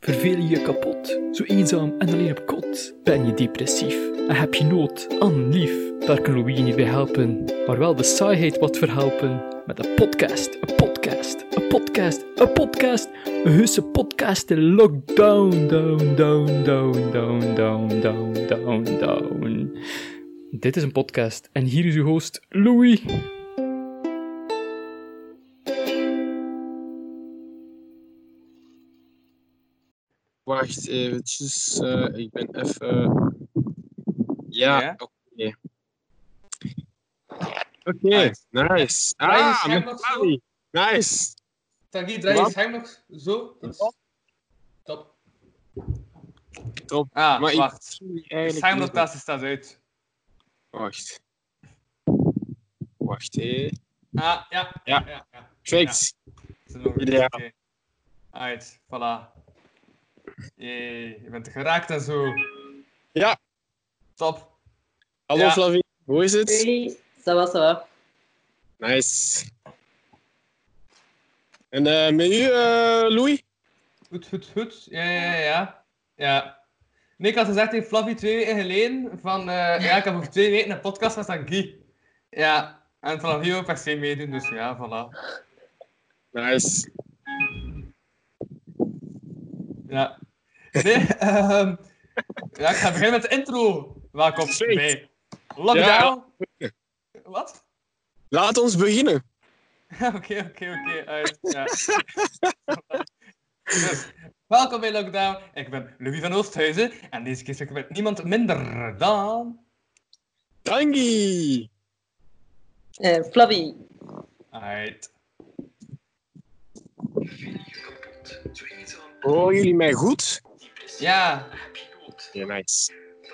Verveel je je kapot? Zo eenzaam en alleen op kot? Ben je depressief en heb je nood aan lief? Daar kan Louis je niet bij helpen, maar wel de saaiheid wat verhelpen. Met een podcast, een podcast, een podcast, een podcast. Een heuse podcast in lockdown, down, down, down, down, down, down, down, down. Dit is een podcast en hier is uw host Louis. Wacht eventjes, ik ben even... Ja, oké. Oké, nice. Met Flavi. Nice. Tanguy, draai je scherm nog zo? Top. Top. Ah, Maar wacht. Ik De schermrotatie staat uit. Wacht. Wacht, hé. Ah, ja. Perfect. Ideaal. Okay. Alright, voilà. Je bent geraakt en zo. Ja. Top. Hallo Flavi, hoe is het? Hey, ça va. Nice. En met u, Louis? Goed. Ja. Nee, ik had gezegd tegen Flavie 2 weken geleden van... ik heb over 2 weken een podcast met Tanguy. Ja, en vanaf hier ook per se meedoen, dus ja, voilà. Nice. Ja. Nee, ja, ik ga beginnen met de intro. Welkom bij Lockdown. Ja. Wat? Laat ons beginnen. Oké. Uit. Ja. Dus, welkom bij Lockdown. Ik ben Louis van Oosthuizen en deze keer zit ik met niemand minder dan... Tanguy. Flavie. Uit. Horen jullie mij goed? Ja. Ja, nice.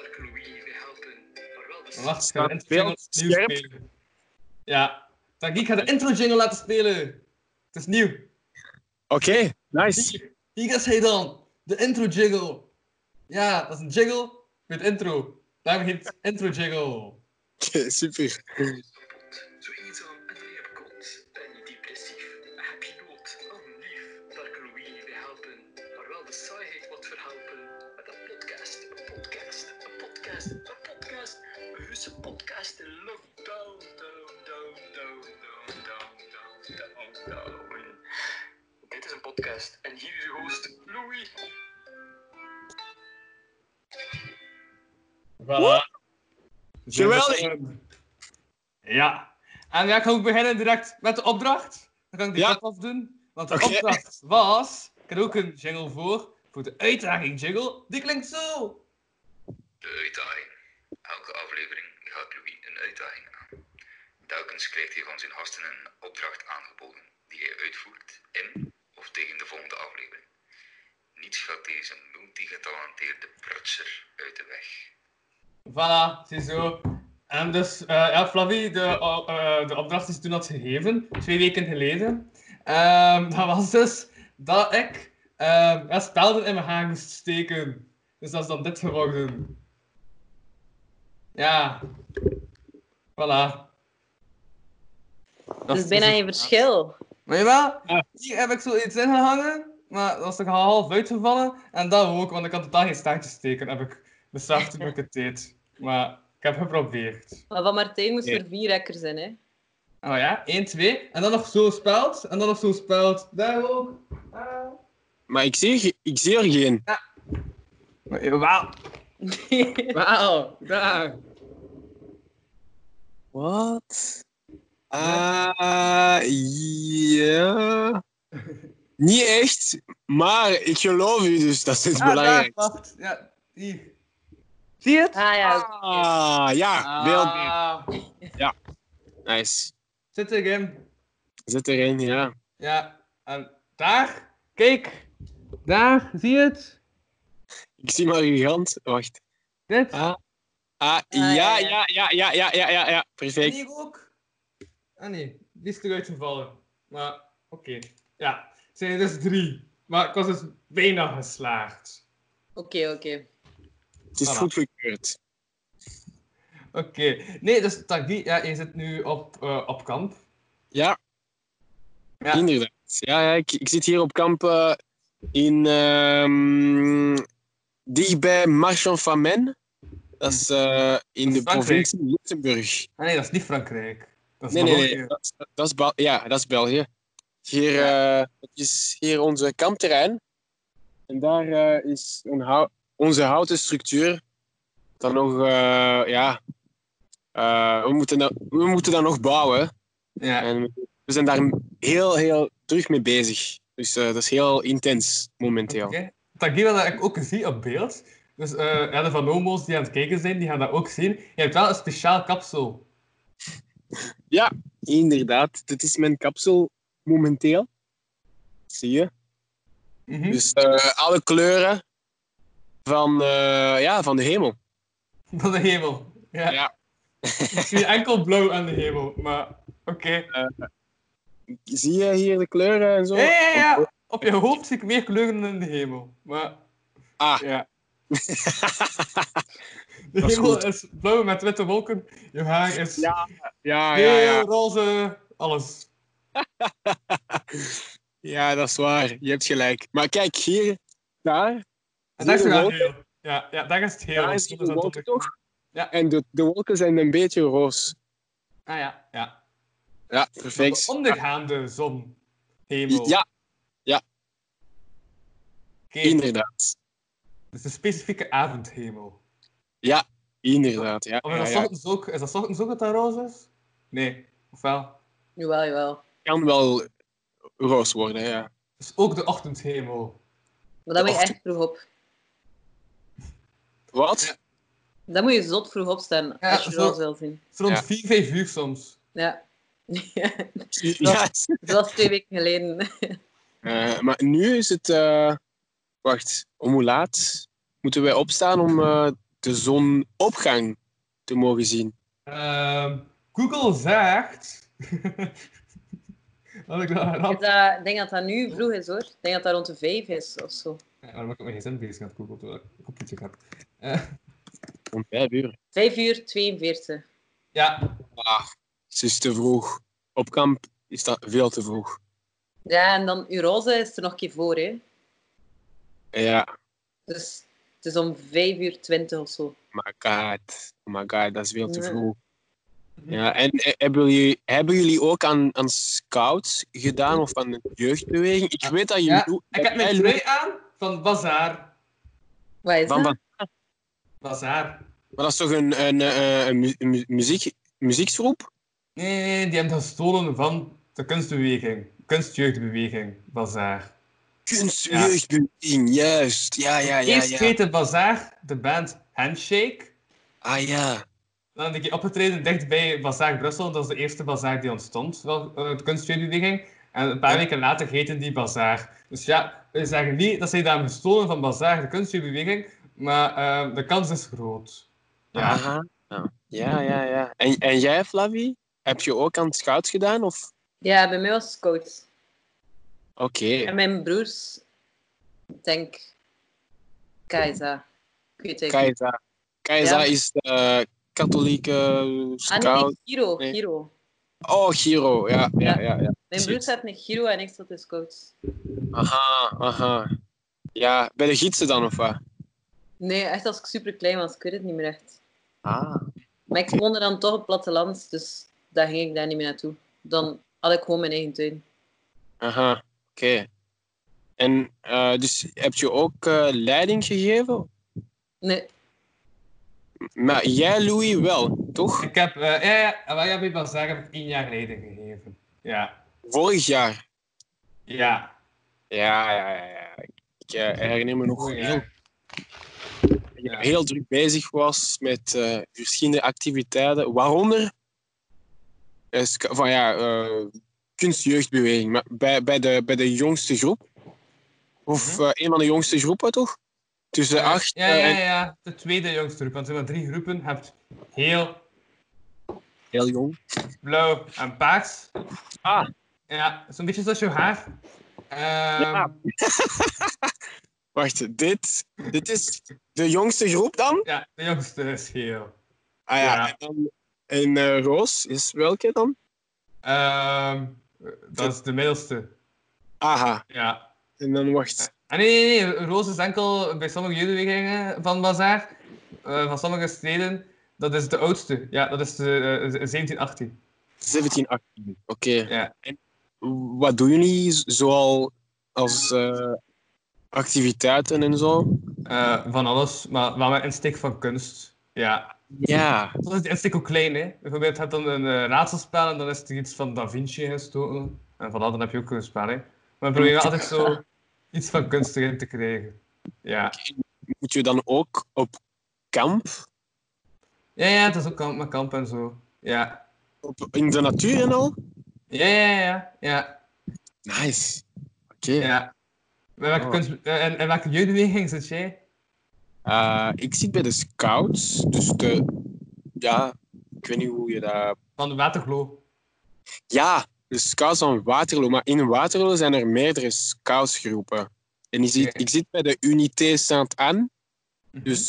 Wacht, ik ga de intro jingle nieuw spelen. Ja. Tanguy, ik ga de intro jingle laten spelen. Het is nieuw. Oké, nice. Hier is hij dan. De intro jingle. Ja, dat is een jingle met intro. Daarom heet het intro jingle. Super. Zo eenzaam en alleen op kot. Ben je depressief en heb je nood aan lief? Daar kan Louis je bij helpen, maar wel de saaiheid wat verhelpen. Met een podcast. Een heuse podcast in lockdown, down. Dit is een podcast en hier is uw host Louis. Voilà. Geweldig. Ja. En ja, ik ga ook beginnen direct met de opdracht. Dan kan ik die kop afdoen. Want de opdracht was... Ik heb ook een jingle voor de uitdaging jingle. Die klinkt zo. De uitdaging. Elke aflevering gaat Louis een uitdaging aan. Telkens krijgt hij van zijn gasten een opdracht aangeboden die hij uitvoert in of tegen de volgende aflevering. Niets gaat deze multigetalenteerde prutser uit de weg. Voilà, ziezo. En dus, Flavie, de opdracht die ze toen had gegeven, 2 weken geleden, dat was dus dat ik spelden in mijn haar moest steken. Dus dat is dan dit geworden. Ja. Voilà. Dat is bijna geen verschil. Maar jawel, hier heb ik zoiets ingehangen, maar dat is toch al half uitgevallen. En dat ook, want ik had totaal geen staartje steken, heb ik beseft toen ik het deed. Maar ik heb geprobeerd. Maar van Martijn moest er 4 rekkers zijn, hè? Oh ja, 1, 2. En dan nog zo speld. En dan nog zo speld. Daar ook. Maar ik zie er geen. Ja. Wauw. Wauw, daar. Wat? Ja. Niet echt, maar ik geloof u, dus dat is belangrijk. Wacht, ja, hier. Zie je het? Ja, beeld. Ja, nice. Zit erin. Zit erin, ja. Ja, en daar, kijk. Daar, zie je het? Ik zie maar uw hand. Wacht. Dit. Ja. Perfect. En hier ook. Ah nee, die is eruit gevallen. Maar, oké. Ja, het zijn er dus 3. Maar ik was dus bijna geslaagd. Oké. Het is goed gekeurd. Oké. Nee, dus Tanguy, ja, je zit nu op kamp. Ja, Ja. inderdaad. Ja, ik zit hier op kamp Dicht bij Marchand-Famenne. Dat is in de Frankrijk. provincie Luxemburg. Ah, nee, dat is niet Frankrijk. Dat is Nee. Wallonië. Dat is België. Hier, het is hier onze kampterrein. En daar is onze houten structuur. Dan nog, we moeten dat nog bouwen. Ja. En we zijn daar heel terug mee bezig. Dus dat is heel intens momenteel. Oké. Tangira, dat ik ook zie op beeld. Dus de Van Omo's die aan het kijken zijn, die gaan dat ook zien. Je hebt wel een speciaal kapsel. Ja, inderdaad. Dit is mijn kapsel momenteel. Zie je? Mhm. Dus alle kleuren van de hemel. Van de hemel. Ja. Ja. Ik zie enkel blauw aan de hemel, maar oké. Zie je hier de kleuren en zo? Ja. Op je hoofd zie ik meer kleuren dan in de hemel. Maar ja. De Dat is hemel goed. is blauw met witte wolken. Je haar is Ja. heel roze, alles. Ja, dat is waar. Je hebt gelijk. Maar kijk, hier, daar. En daar is zie je het de wel wolken? heel. Ja, daar is het heel. Daar Dat zie je is de dat wolken donker. toch? Ja. En de wolken zijn een beetje roos. Ah ja. Ja, De perfect. ondergaande zon. Hemel. Ja, Oké, inderdaad. dus de specifieke avondhemel. Ja, inderdaad. Ja, Of is dat ja. ochtends ook? Is dat ochtends ook dat dat roze is? Nee, of wel? Jawel. Kan wel roos worden, ja. Dus ook de ochtendhemel. Maar dan moet je echt vroeg op. Wat? Dan moet je zot vroeg opstaan Ja, als je zo. roze wil zien. Het is rond Ja. 4-5 uur soms. Ja. Ja. Zoals 2 weken geleden. Maar nu is het... wacht, om hoe laat moeten wij opstaan om de zonopgang te mogen zien? Google zegt... Had ik dat rap? Ik denk dat dat nu vroeg is, hoor. Ik denk dat dat rond de 5 is, of zo. Ja, waarom heb ik mijn gsm bezig aan het Google terwijl ik een computer heb? Om 5 uur. 5 uur 42. Ja, Het is te vroeg. Op kamp is dat veel te vroeg. Ja, en dan uw roze is er nog een keer voor, hè. Ja, Dus het is om 5 uur 20 of zo. oh my god, dat is veel te Ja. vroeg. Ja, en hebben jullie ook aan scouts gedaan of aan de jeugdbeweging? Ik weet dat jullie... ja. Ik heb mijn trui aan van Bazaar. Wat is Van dat? Bazaar. Maar dat is toch een muzieksgroep? Nee, die hebben gestolen van de kunstbeweging. Kunstjeugdbeweging, Bazaar. Kunstjeugdbeweging, juist. Ja. Eerst heette Bazaar de band Handshake. Ah ja. Dan heb ik opgetreden dicht bij Bazaar Brussel. Dat is de eerste Bazaar die ontstond, de kunstjeugdbeweging. En een paar weken later heette die Bazaar. Dus ja, we zeggen niet dat zij daar gestolen van Bazaar, de kunstjeugdbeweging. Maar de kans is groot. Ja. Aha. Ja. En jij, Flavie? Heb je ook aan scouts gedaan? Of? Ja, bij mij was het scout. Oké. En mijn broers, ik denk Keiza. Ik weet het niet. Keiza Ja. is de katholieke scout. Ah nee, Giro. Nee. Giro. Oh, Giro. Ja. Mijn Shit. broer staat in Giro en ik zat in scouts. Aha. Ja, bij de gidsen dan, of wat? Nee, echt als ik super klein was. Ik weet het niet meer echt. Ah. Maar ik woonde dan toch op het platteland, dus daar ging ik daar niet meer naartoe. Dan had ik gewoon mijn eigen tuin. Aha, oké. En dus heb je ook leiding gegeven? Nee, Maar jij, Louis, wel, toch? Ik heb, bij Bazaar heb ik 1 jaar leiding gegeven. Ja. Vorig jaar. Ja. Ja. Ik herinner me nog Vorig heel, jaar. Ja. heel druk bezig was met verschillende activiteiten, waaronder kunstjeugdbeweging, maar bij de jongste groep. Of een van de jongste groepen, toch? Tussen 8 en Ja. De tweede jongste groep. Want we hebben 3 groepen. Je hebt heel, heel jong. blauw en paars. Ah. Ja, zo'n beetje zoals je haar. Ja. Wacht, dit is de jongste groep dan? Ja, de jongste is geel. Ah ja. Ja. En roos is welke dan? Dat is de middelste. Aha. Ja. En dan wacht. Nee. Roos is enkel bij sommige jeugdbewegingen van Bazaar, van sommige steden, dat is de oudste. Ja, dat is de 1718. 17, 18. Oké. Ja. En wat doen jullie zoal als activiteiten en zo? Van alles, maar wel met insteek van kunst. Ja. Ja. Soms is die insteek ook klein, hè. Bijvoorbeeld, je hebt dan een raadselspel en dan is er iets van Da Vinci gestoken. En van dat dan heb je ook een spel, hè. Maar we proberen altijd zo iets van kunst erin te krijgen. Ja. Moet je dan ook op kamp? Ja, het is ook met kamp en zo. Ja. In de natuur en al? Ja. Nice. Oké. Ja. En welke jeugdbeweging zit jij? Ik zit bij de Scouts, dus ja, ik weet niet hoe je dat... Van de Waterloo. Ja, de Scouts van Waterloo, maar in Waterloo zijn er meerdere Scoutsgroepen. En ik zit bij de Unité Sainte-Anne, dus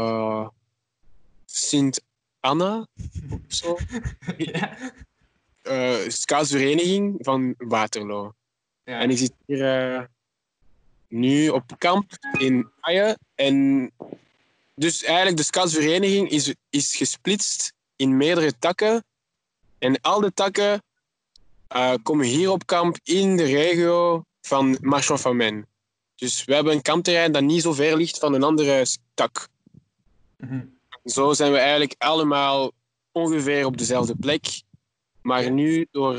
Sint-Anna, of zo. Ja. Scoutsvereniging van Waterloo. Ja. En ik zit hier nu op kamp in Aye. En dus eigenlijk de Scoutsvereniging is gesplitst in meerdere takken. En al de takken komen hier op kamp in de regio van Marchand-Famenne. Dus we hebben een kampterrein dat niet zo ver ligt van een andere tak. Zo zijn we eigenlijk allemaal ongeveer op dezelfde plek. Maar nu, door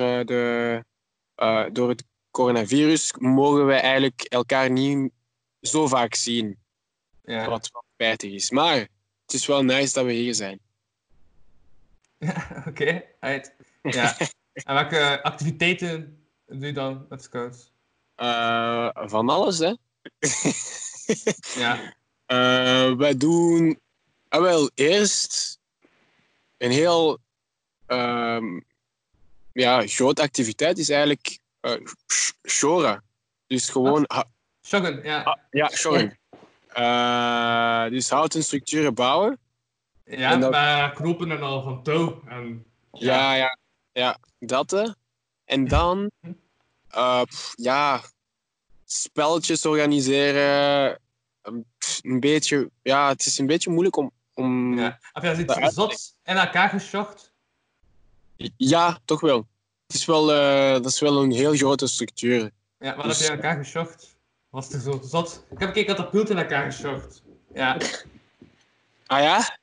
het coronavirus, mogen we eigenlijk elkaar niet zo vaak zien. Ja. Wat wel spijtig is. Maar het is wel nice dat we hier zijn. Oké, uit. Ja. En welke activiteiten doe je dan met Scouts? Van alles, hè. Ja. Wij doen... wel, eerst een heel grote activiteit is eigenlijk shoren. Dus gewoon... Shoggen, ja. Ja, shoren. Dus houten structuren bouwen. Ja, en dat... met knopen en al van touw. En... Ja, dat. En dan... spelletjes organiseren. Een beetje... Ja, het is een beetje moeilijk om Ja. Heb je iets zots in elkaar geschocht? Ja, toch wel. Het is wel, dat is wel een heel grote structuur. Ja, wat heb je in elkaar geschocht? Was het zo zot? Ik heb een katapult in elkaar geschocht. Ja. Ah ja?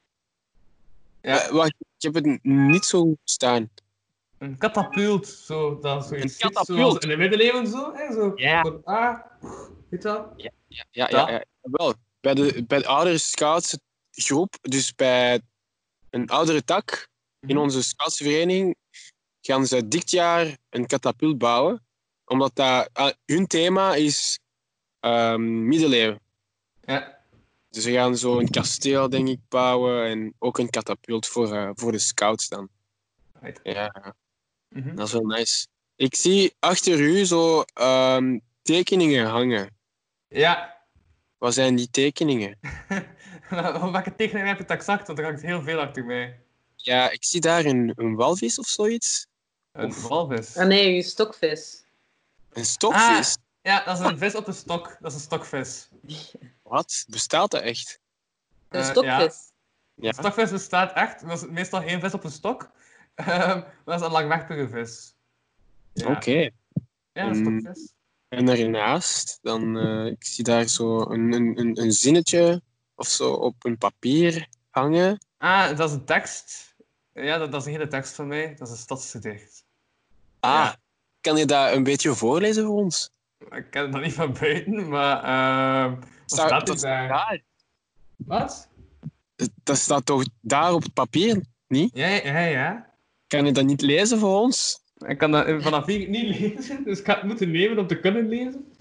Ja. Wacht, ik heb het niet zo staan. Een katapult, zo, dat zoiets. Een katapult? Zoals in de middeleeuwen zo, hè? Zo. Ja. Weet je dat? Ja. Wel, bij de oudere scoutsgroep, dus bij een oudere tak in onze scoutsvereniging, gaan ze dit jaar een katapult bouwen. Omdat hun thema is middeleeuwen. Ja. Dus ze gaan zo een kasteel, denk ik, bouwen en ook een katapult voor de scouts dan. Right. Ja, dat is wel nice. Ik zie achter u zo tekeningen hangen. Ja. Wat zijn die tekeningen? Welke tekeningen heb je het exact? Want er hangt heel veel achter mij. Ja, ik zie daar een walvis of zoiets. Een walvis. Ah nee, je stokvis. Een stokvis? Ja, dat is een vis op een stok. Dat is een stokvis. Wat? Bestaat dat echt? Een stokvis. Ja. Een stokvis bestaat echt. Dat is meestal geen vis op een stok. Dat is een langwerpige vis. Ja. Oké. Ja, een stokvis. En daarnaast, dan, ik zie daar zo een zinnetje of zo op een papier hangen. Ah, dat is een tekst. Ja, dat is een hele tekst van mij. Dat is een stadsgedicht. Ja. Kan je dat een beetje voorlezen voor ons? Ik ken het nog niet van buiten, maar... wat staat er daar? Wat? Dat staat toch daar op het papier, niet? Ja. Kan je dat niet lezen voor ons? Ik kan dat vanaf hier niet lezen, dus ik ga het moeten nemen om te kunnen lezen.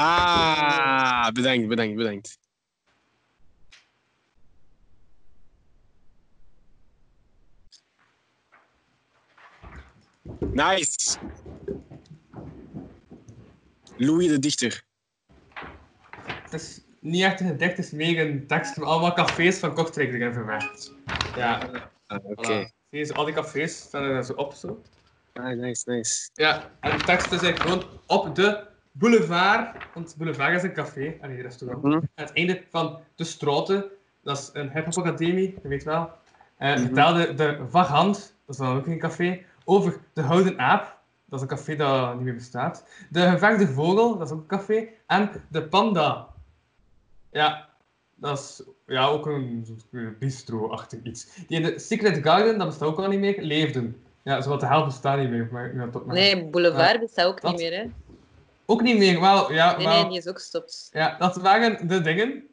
Ah, bedankt. Nice. Louis de Dichter. Het is niet echt een gedicht, het is meer een tekst met allemaal cafés van Kortrijk erin verwerkt. Ja. Oké. Zie je, al die cafés staan er zo op zo. Ah, nice. Ja, en de tekst is eigenlijk gewoon op de Boulevard, want Boulevard is een café, een restaurant. Mhm. Aan het einde van de Straten, dat is een hip-hop academie, je weet wel. Mhm. Vertelde de Vagant, dat is dan ook een café, over de Houden Aap, dat is een café dat niet meer bestaat. De Gevegde Vogel, dat is ook een café. En de Panda. Ja, dat is ook een soort bistro-achtig iets. Die in de Secret Garden, dat bestaat ook al niet meer, leefden. Ja, zowat de helft bestaat niet meer. Maar, ja, Nee, Boulevard bestaat ook dat- niet meer, hè. ook niet meer, wel, ja, Nee, wel. nee, die is ook gestopt. Ja, dat waren de dingen.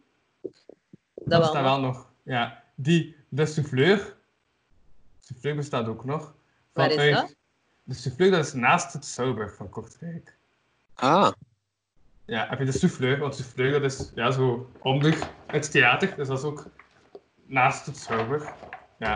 Dat bestaat wel wel nog. Ja, de Souffleur. Souffleur bestaat ook nog. Waar is Vanuit- dat? De Souffleur, dat is naast het Souwburg van Kortrijk. Ah, Ja, heb je de Souffleur, want Souffleur dat is zo onder het theater, dus dat is ook naast het Souwburg. Ja,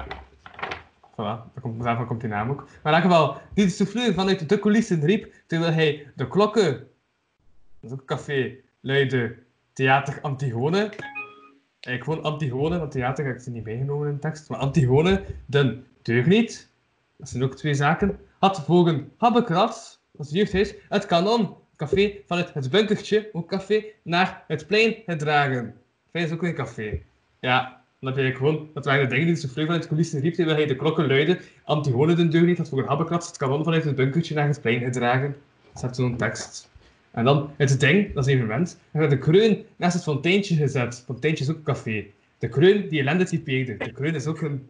voilà, daarvan komt die naam ook. Maar in elk geval, die de Souffleur vanuit de coulissen riep, terwijl hij de klokken, dat is ook een café, luidde Theater Antigone. Eigenlijk gewoon Antigone, want theater heb ik ze niet meegenomen in de tekst, maar Antigone, de deugniet, dat zijn ook twee zaken, had volgen Habbekras, dat is het jeugdhuis, het Kanon, café vanuit het bunkertje, ook café, naar het plein gedragen. Fijn is ook een café. Ja, dan heb je eigenlijk gewoon, dat waren de dingen die de souffleur vanuit de coulissen riep, terwijl hij de klokken luidde. Antigone de deugniet had volgen Habbekras, het Kanon vanuit het bunkertje naar het plein gedragen. Dat is zo'n tekst. En dan het ding, dat is een evenement. En werd de kreun naast het fonteintje gezet. Fonteintje is ook een café. De kreun die ellende typeerde. De kreun is ook een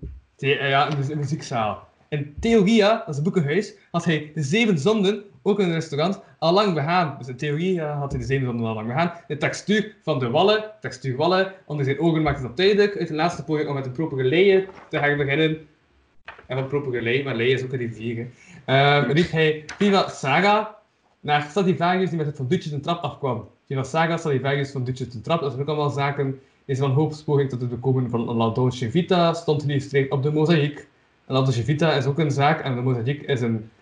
muziekzaal. In Theoria, dat is een boekenhuis, had hij de 7 zonden, ook een restaurant, al lang begaan. Dus in Theoria had hij de 7 zonden al lang begaan. De textuur van de wallen, onder zijn ogen maakte dat duidelijk. Uit de laatste poging om met een propere leien te gaan beginnen. En van propere lei, maar lei is ook een rivier. Riep hij Viva Saga naar Stradivarius die met het van Dutjes een trap afkwam. Viva Saga, Stradivarius van Dutjes een trap, dat zijn ook allemaal zaken. Deze van hoopspoging tot het bekomen van een La Dolce Vita stond geïllustreerd op de mozaïek. En La Dolce Vita is ook een zaak en de mozaïek is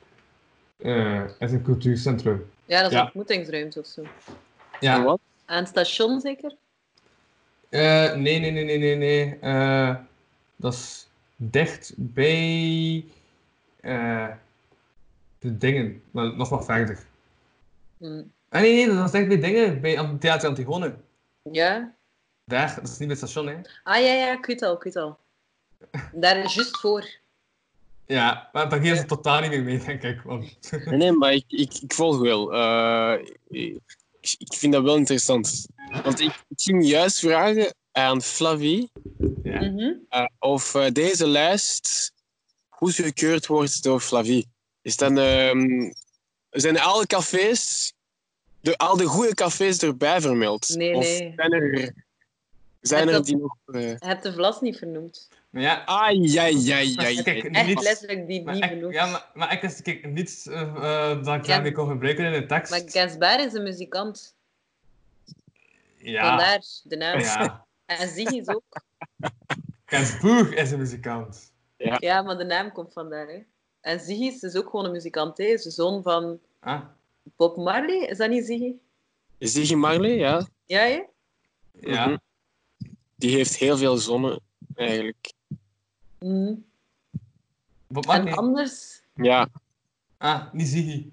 een cultuurcentrum. Ja, dat is Ja. een ontmoetingsruimte of zo. Ja. wat? Aan het station zeker? Nee. Dat is dicht bij de dingen, maar nog wat verder. Nee, dat is dicht bij dingen, bij Theater Antigone. Ja? Daar, dat is niet bij het station, hè. Ah, ja, ik weet al. Daar is juist voor. Ja, maar daar gaan ze totaal niet meer mee, denk ik. Want... Nee, maar ik volg wel. Ik vind dat wel interessant. Want ik ging juist vragen aan Flavie Ja. Mhm. of deze lijst goedgekeurd wordt door Flavie. Is dan, zijn alle cafés, al de goede cafés erbij vermeld? Nee, Of nee. zijn er dat- die nog... Je hebt de vlas niet vernoemd. Maar ja, Ai. kijk, Echt niets... letterlijk die Maar niet ik, vernoemd. ja, maar ik wist kijk, niets dat ik daarmee kon gebruiken in de tekst. Maar Gensbaar is een muzikant. Ja, Vandaar de naam. ja. En Ziggy is ook. Gainsbourg is een muzikant. Ja, maar de naam komt vandaar. Hè. En Ziggy is dus ook gewoon een muzikant. Hè. Is de zoon van Ah, Bob Marley. Is dat niet Ziggy? Ziggy Marley, ja. Ja, hè? ja. Mhm. Die heeft heel veel zonnen, eigenlijk. Mhm. Bob En Marley. anders... Ja. Ah, niet Ziggy.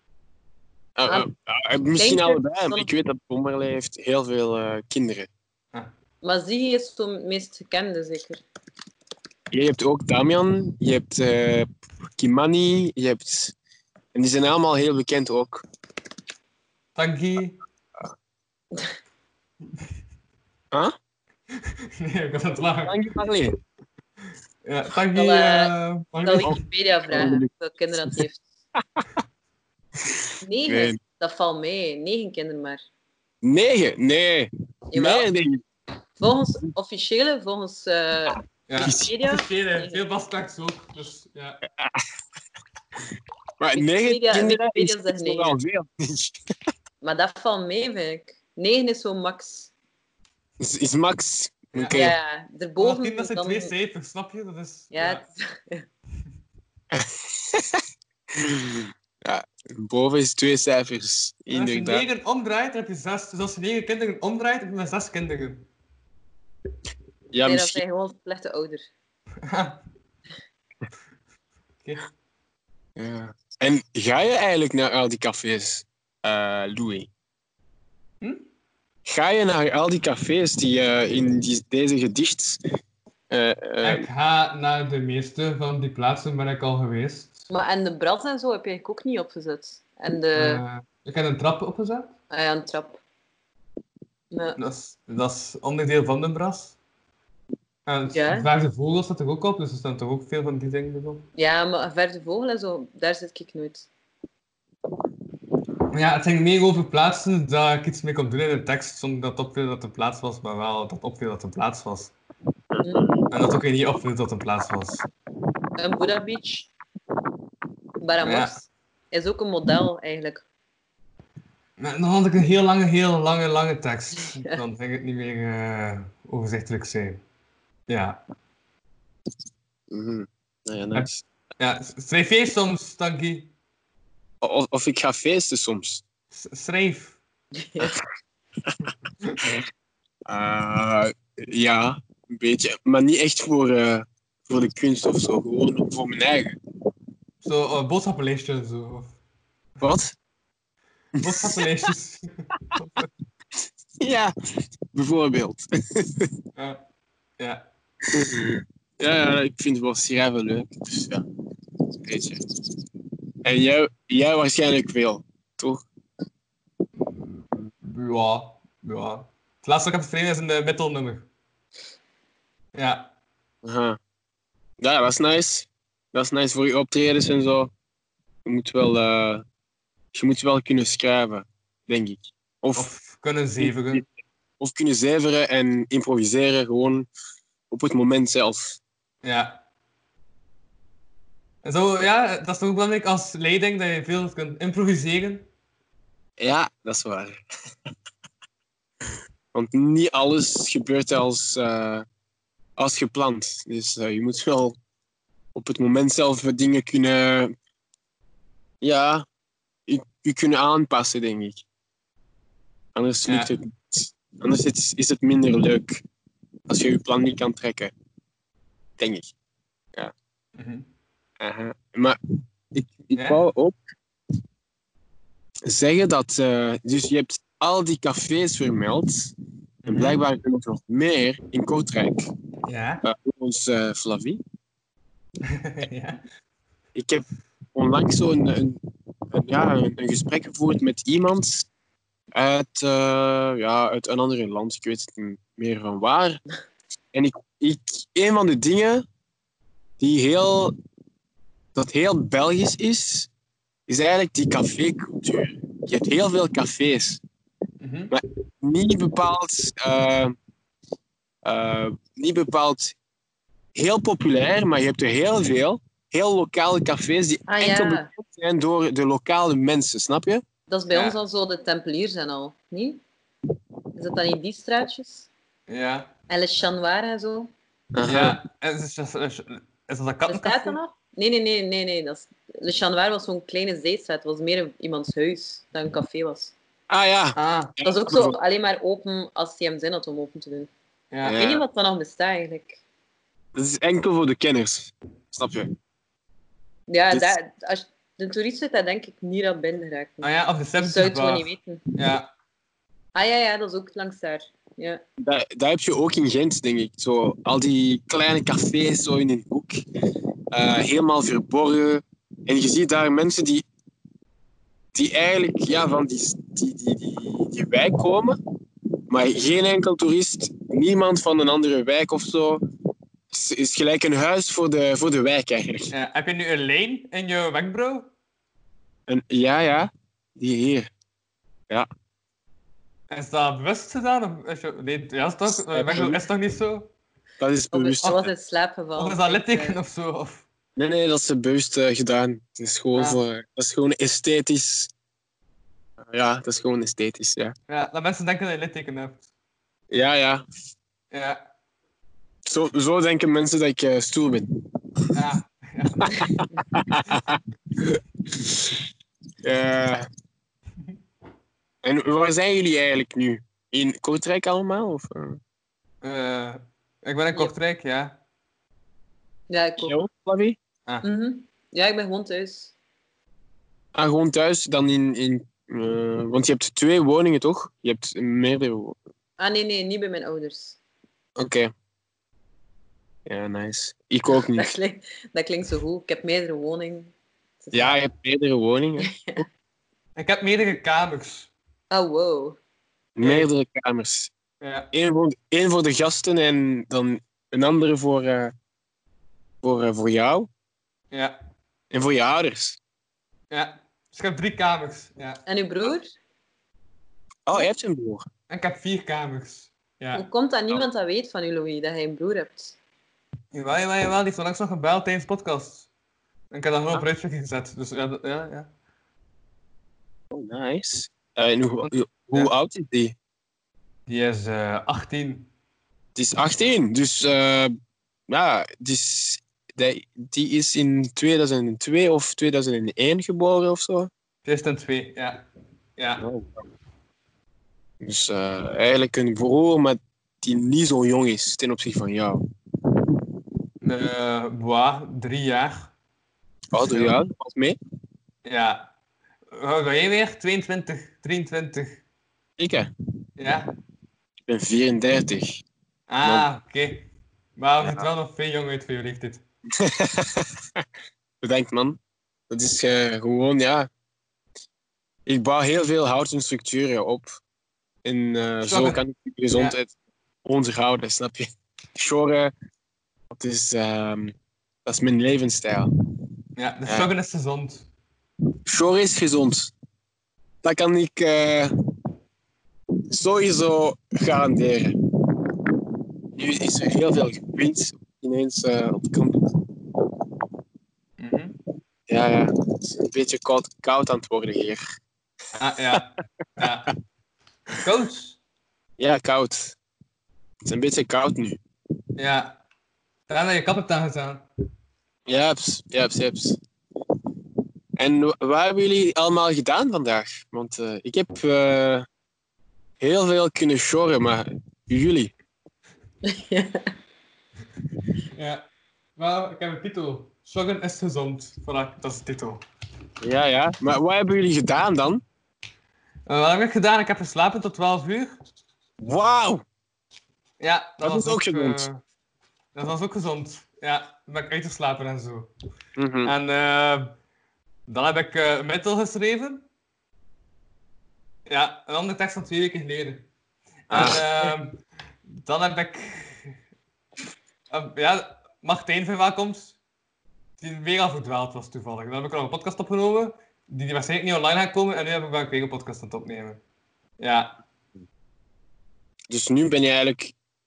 Misschien Denk je allebei, maar van- ik weet dat Bob Marley heeft heel veel kinderen. Maar Ziggy is zo het meest gekende, zeker. Je hebt ook Damian, je hebt Kimani, je hebt... En die zijn allemaal heel bekend ook. Tanguy. Huh? Nee, ik was aan het lachen. Dank je, Marley. Ja, Tanguy. Dat, Marley. Dat Wikipedia vragen hoeveel kinderen dat heeft. 9. Nee. Dat valt mee. 9 kinderen maar. 9? Nee. Jawel. Meer dingen. Volgens officiële, volgens Ja, Wikipedia. officiële. Veel vasttekst ook. Dus, ja. Maar Wikipedia- 9 kinderen is Wikipedia zegt nogal 9. veel. Maar dat valt mee, vind ik. 9 is zo max. Is max. Ja. Oké. Ja, erboven... Boven, dat zijn dan- 2 cijfers, snap je? Dat is... Ja, Ja, boven is 2 cijfers. En als je Inderdaad. 9 omdraait, dan heb je 6. Dus als je 9 kinderen omdraait, heb je maar 6 kinderen. Ja, nee, dat misschien. zijn gewoon slechte ouder. Ja. En ga je eigenlijk naar al die cafés, Louis? Ga je naar al die cafés die in deze gedichts... Ik ga naar de meeste van die plaatsen ben ik al geweest. Maar en de bras en zo heb je ook niet opgezet. En de... Ik heb een trap opgezet. Ah ja, een trap. Ja. Dat is onderdeel van de bras. En Ja. Verse Vogel staat er ook op, dus er staan toch ook veel van die dingen op. Ja, maar Verse Vogel en zo, daar zit ik nooit. Ja, het ging meer over plaatsen dat ik iets mee kon doen in de tekst, zonder dat het opviel dat het een plaats was, maar wel dat opviel dat het een plaats was. En dat ook weer niet opviel dat het een plaats was. En Buddha Beach. Baramos. Ja. Is ook een model, eigenlijk. Maar dan had ik een heel lange tekst. Ja. Dan ging het niet meer overzichtelijk zijn. Ja. Nou ja, nice. Ja, schrijf jij soms, Tanky? Of ik ga feesten soms. Schrijf. Ja, een beetje. Maar niet echt voor de kunst of zo. Gewoon voor mijn eigen. Zo, boodschappenlijstjes en zo. Of Wat? boodschappenlijstjes. Ja, bijvoorbeeld. Ja. Ja. Ja, ik vind wel schrijven leuk. Dus ja, een beetje. En jij waarschijnlijk wel, toch? Ja. Het laatste wat ik heb geschreven is een metalnummer. Ja. Aha. Ja, dat is nice. Dat is nice voor je optredens en zo. Je moet wel kunnen schrijven, denk ik. Of kunnen zeveren. Of kunnen zeveren en improviseren gewoon op het moment zelf. Ja. En zo, ja, dat is toch ook belangrijk als leiding, dat je veel kunt improviseren. Ja, dat is waar. Want niet alles gebeurt als gepland. Dus je moet wel op het moment zelf dingen kunnen... Ja, je kunnen aanpassen, denk ik. Anders lukt het niet. Anders is het minder leuk als je je plan niet kan trekken. Denk ik. Ja. Aha. Maar ik wou ook zeggen dat... dus je hebt al die cafés vermeld. En blijkbaar zijn er nog meer in Kortrijk. Ja. Ons Flavie. Ja. Ik heb onlangs zo een gesprek gevoerd met iemand uit een ander land. Ik weet het niet meer van waar. En een van de dingen die heel Belgisch is eigenlijk die cafécultuur. Je hebt heel veel cafés. Maar niet bepaald heel populair, maar je hebt er heel veel. Heel lokale cafés die enkel bekend zijn door de lokale mensen, snap je? Dat is bij ons al zo, de Tempeliers en al, niet? Is dat dan niet die straatjes? Ja. En Le Chanoir en zo? Ja. Is dat een kattencafé? Bestaat dat nog? Nee. Le Chanoir was zo'n kleine zeestraat. Het was meer iemands huis dan een café was. Ah ja. Dat is ook zo alleen maar open als hij hem zin had om open te doen. Ja. Ik weet niet wat dat nog bestaat eigenlijk. Dat is enkel voor de kenners, snap je? Ja, als de toerist zit, daar denk ik niet dat binnen geraakt. Ah ja, of de Dat 70 zou je het gewoon bar. niet weten. Ja. Ah ja, dat is ook langs daar. Ja. Dat heb je ook in Gent, denk ik. Zo, al die kleine cafés zo in een hoek. Helemaal verborgen. En je ziet daar mensen die eigenlijk van die wijk komen. Maar geen enkel toerist. Niemand van een andere wijk of zo. Het is gelijk een huis voor de wijk eigenlijk. Ja. Heb je nu een lijn in je wenkbrauw? Ja. Die hier. Ja. Is dat bewust gedaan? Of nee, ja, is toch, wenkbrauw is toch niet zo? Dat is bewust. Dat was in slaap gevallen. Of is dat litteken of zo? Of... Nee, dat is bewust gedaan. Het is gewoon dat is gewoon esthetisch. Ja, dat is gewoon esthetisch, ja. Ja, dat mensen denken dat je litteken hebt. Ja. Ja. Zo denken mensen dat ik stoer ben. Ja. En waar zijn jullie eigenlijk nu? In Kortrijk allemaal? Of? Ik ben in Kortrijk, ja. Ja, ik ook. Jij ook, Flavie? Ja, ik ben gewoon thuis. Ah, gewoon thuis, dan in Want je hebt 2 woningen, toch? Je hebt meerdere woningen. Ah, nee, niet bij mijn ouders. Oké. Ja, nice. Ik ook niet. Dat klinkt zo goed. Ik heb meerdere woningen. Ja, je hebt meerdere woningen. Ik heb meerdere kamers. Oh, wow. Meerdere kamers. Ja. Eén voor de gasten en dan een andere voor jou. Ja. En voor je ouders. Ja. Dus ik heb 3 kamers. Ja. En uw broer? Oh, je hebt een broer. En ik heb 4 kamers. Hoe Ja. komt dat niemand dat weet van u, Louis, dat hij een broer hebt? Jawel. Die heeft onlangs nog gebeld tijdens de podcast. En ik heb dat gewoon op Ruitsweg gezet. Dus ja. Oh, nice. En hoe oud is die? Die is 18. Het is 18. Dus ja, die is in 2002 of 2001 geboren of zo. 2002, ja. Ja. Oh. Dus eigenlijk een broer, maar die niet zo jong is ten opzichte van jou. 3 jaar. Oh, 3 jaar? Valt mee? Ja. Hoe ga jij weer? 22, 23. Ik, hè? Ja. Ik ben 34. Oké. Maar het ziet wel nog veel jong uit voor je leeftijd. Bedankt, man. Dat is gewoon, ja... Ik bouw heel veel houten structuren op. En zo kan ik de gezondheid onderhouden, snap je? Shoren, dat is mijn levensstijl. Ja, de joggen is gezond. Shoren is gezond. Dat kan ik sowieso garanderen. Nu is er heel veel wind ineens op de campus. Ja, het is een beetje koud aan het worden hier. Ja. Koud? Ja, koud. Het is een beetje koud nu. Ja. Daarna je kap hebt aangedaan. Japs. En wat hebben jullie allemaal gedaan vandaag? Want ik heb heel veel kunnen shoren, maar jullie? Ja. Maar ik heb een titel. Joggen is gezond. Voilà, dat is de titel. Ja. Maar wat hebben jullie gedaan dan? Wat heb ik gedaan? Ik heb geslapen tot 12 uur. Wauw! Ja, Dat is ook gezond. Dat was ook gezond. Ja, dan ben ik uitgeslapen en zo. Mhm. En dan heb ik een middel geschreven. Ja, een andere tekst van 2 weken geleden. En dan heb ik... Martijn verwelkomst. Die mega verdwaald was toevallig. Dan heb ik nog een podcast opgenomen. Die waarschijnlijk niet online gaat komen. En nu ben ik weer een podcast aan het opnemen. Ja. Dus nu ben je eigenlijk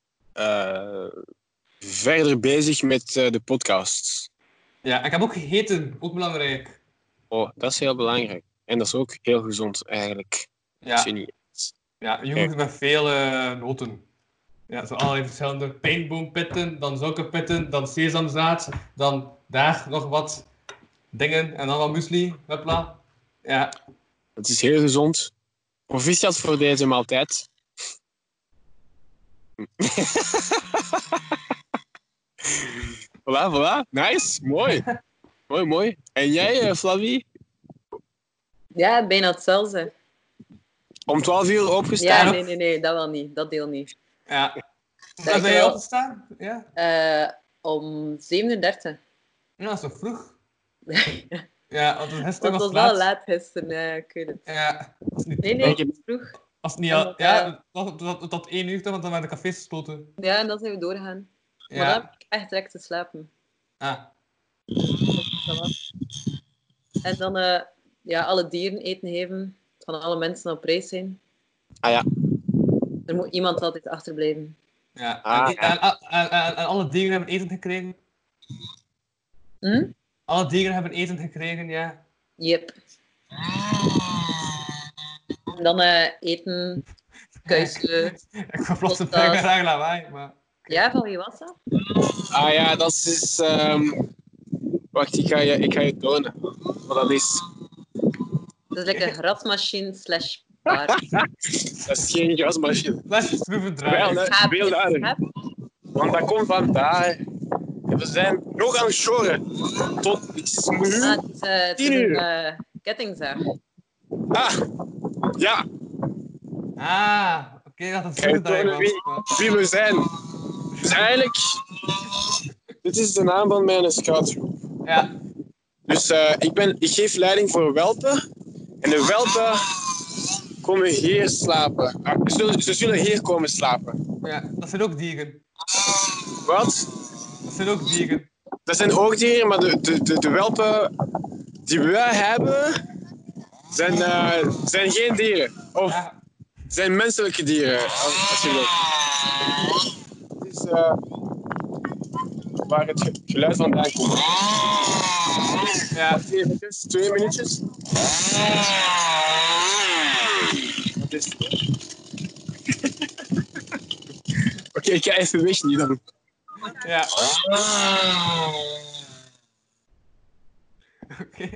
verder bezig met de podcasts. Ja, en ik heb ook gegeten. Ook belangrijk. Oh, dat is heel belangrijk. En dat is ook heel gezond eigenlijk. Ja, Genie. ja yoghurt met veel noten. Ja, zo allerlei verschillende pijnboompitten, dan suikerpitten, dan sesamzaad, dan daar nog wat dingen en dan wat muesli. Hopla. Ja. Het is heel gezond. Proficiat voor deze maaltijd. Voilà. Nice. Mooi. En jij, Flavie? Ja, bijna hetzelfde. Om 12 uur opgestaan? Ja, nee, dat wel niet. Dat deel niet. Ja. Waar ben je opgestaan? Ja. Om 37. Ja, dat is toch vroeg? Ja, want gisteren Dat was was laat. wel laat gisteren, ja, ik weet het. Ja, dat is niet... Nee, het was vroeg. Als het niet al... Ja, tot 1 uur, want dan werden de cafés gesloten. Ja, en dan zijn we doorgegaan. Ja. Maar dan heb ik echt direct te slapen. Dat was. En dan alle dieren eten geven. Van alle mensen op reis zijn. Ah ja. Er moet iemand altijd achterblijven. Ja. En alle dieren hebben eten gekregen? Alle dieren hebben eten gekregen, ja. Yep. En dan eten, kuisen. Ik ga plots een paar graag lawaai, maar... Ja, van wie was dat? Ah ja, dat is... Wacht, ik ga je tonen. Wat dat is. Dat is lekker een grasmachine / paard. Dat is geen grasmachine. Dat is schroevendraaier. Wel, veel daar. Want dat komt van daar. We zijn nog aan het shoren. Tot nu. Het is 10 uur. een kettingzaag. Ja, Oké, dat is Ga je goed dat je tonen was. wie we zijn. Dus eigenlijk, dit is de naam van mijn scoutgroep. Ja. Dus ik geef leiding voor welpen. En de welpen komen hier slapen. Ze zullen hier komen slapen. Ja, dat zijn ook dieren. Wat? Dat zijn ook dieren. Dat zijn ook dieren, maar de welpen die wij hebben, zijn geen dieren. Of Ja. zijn menselijke dieren, als je wilt. Het is waar het geluid vandaan komt. Ja. 2 minuutjes. Wat is het? Oké, ik ga even weg nu dan. Ja. Oké.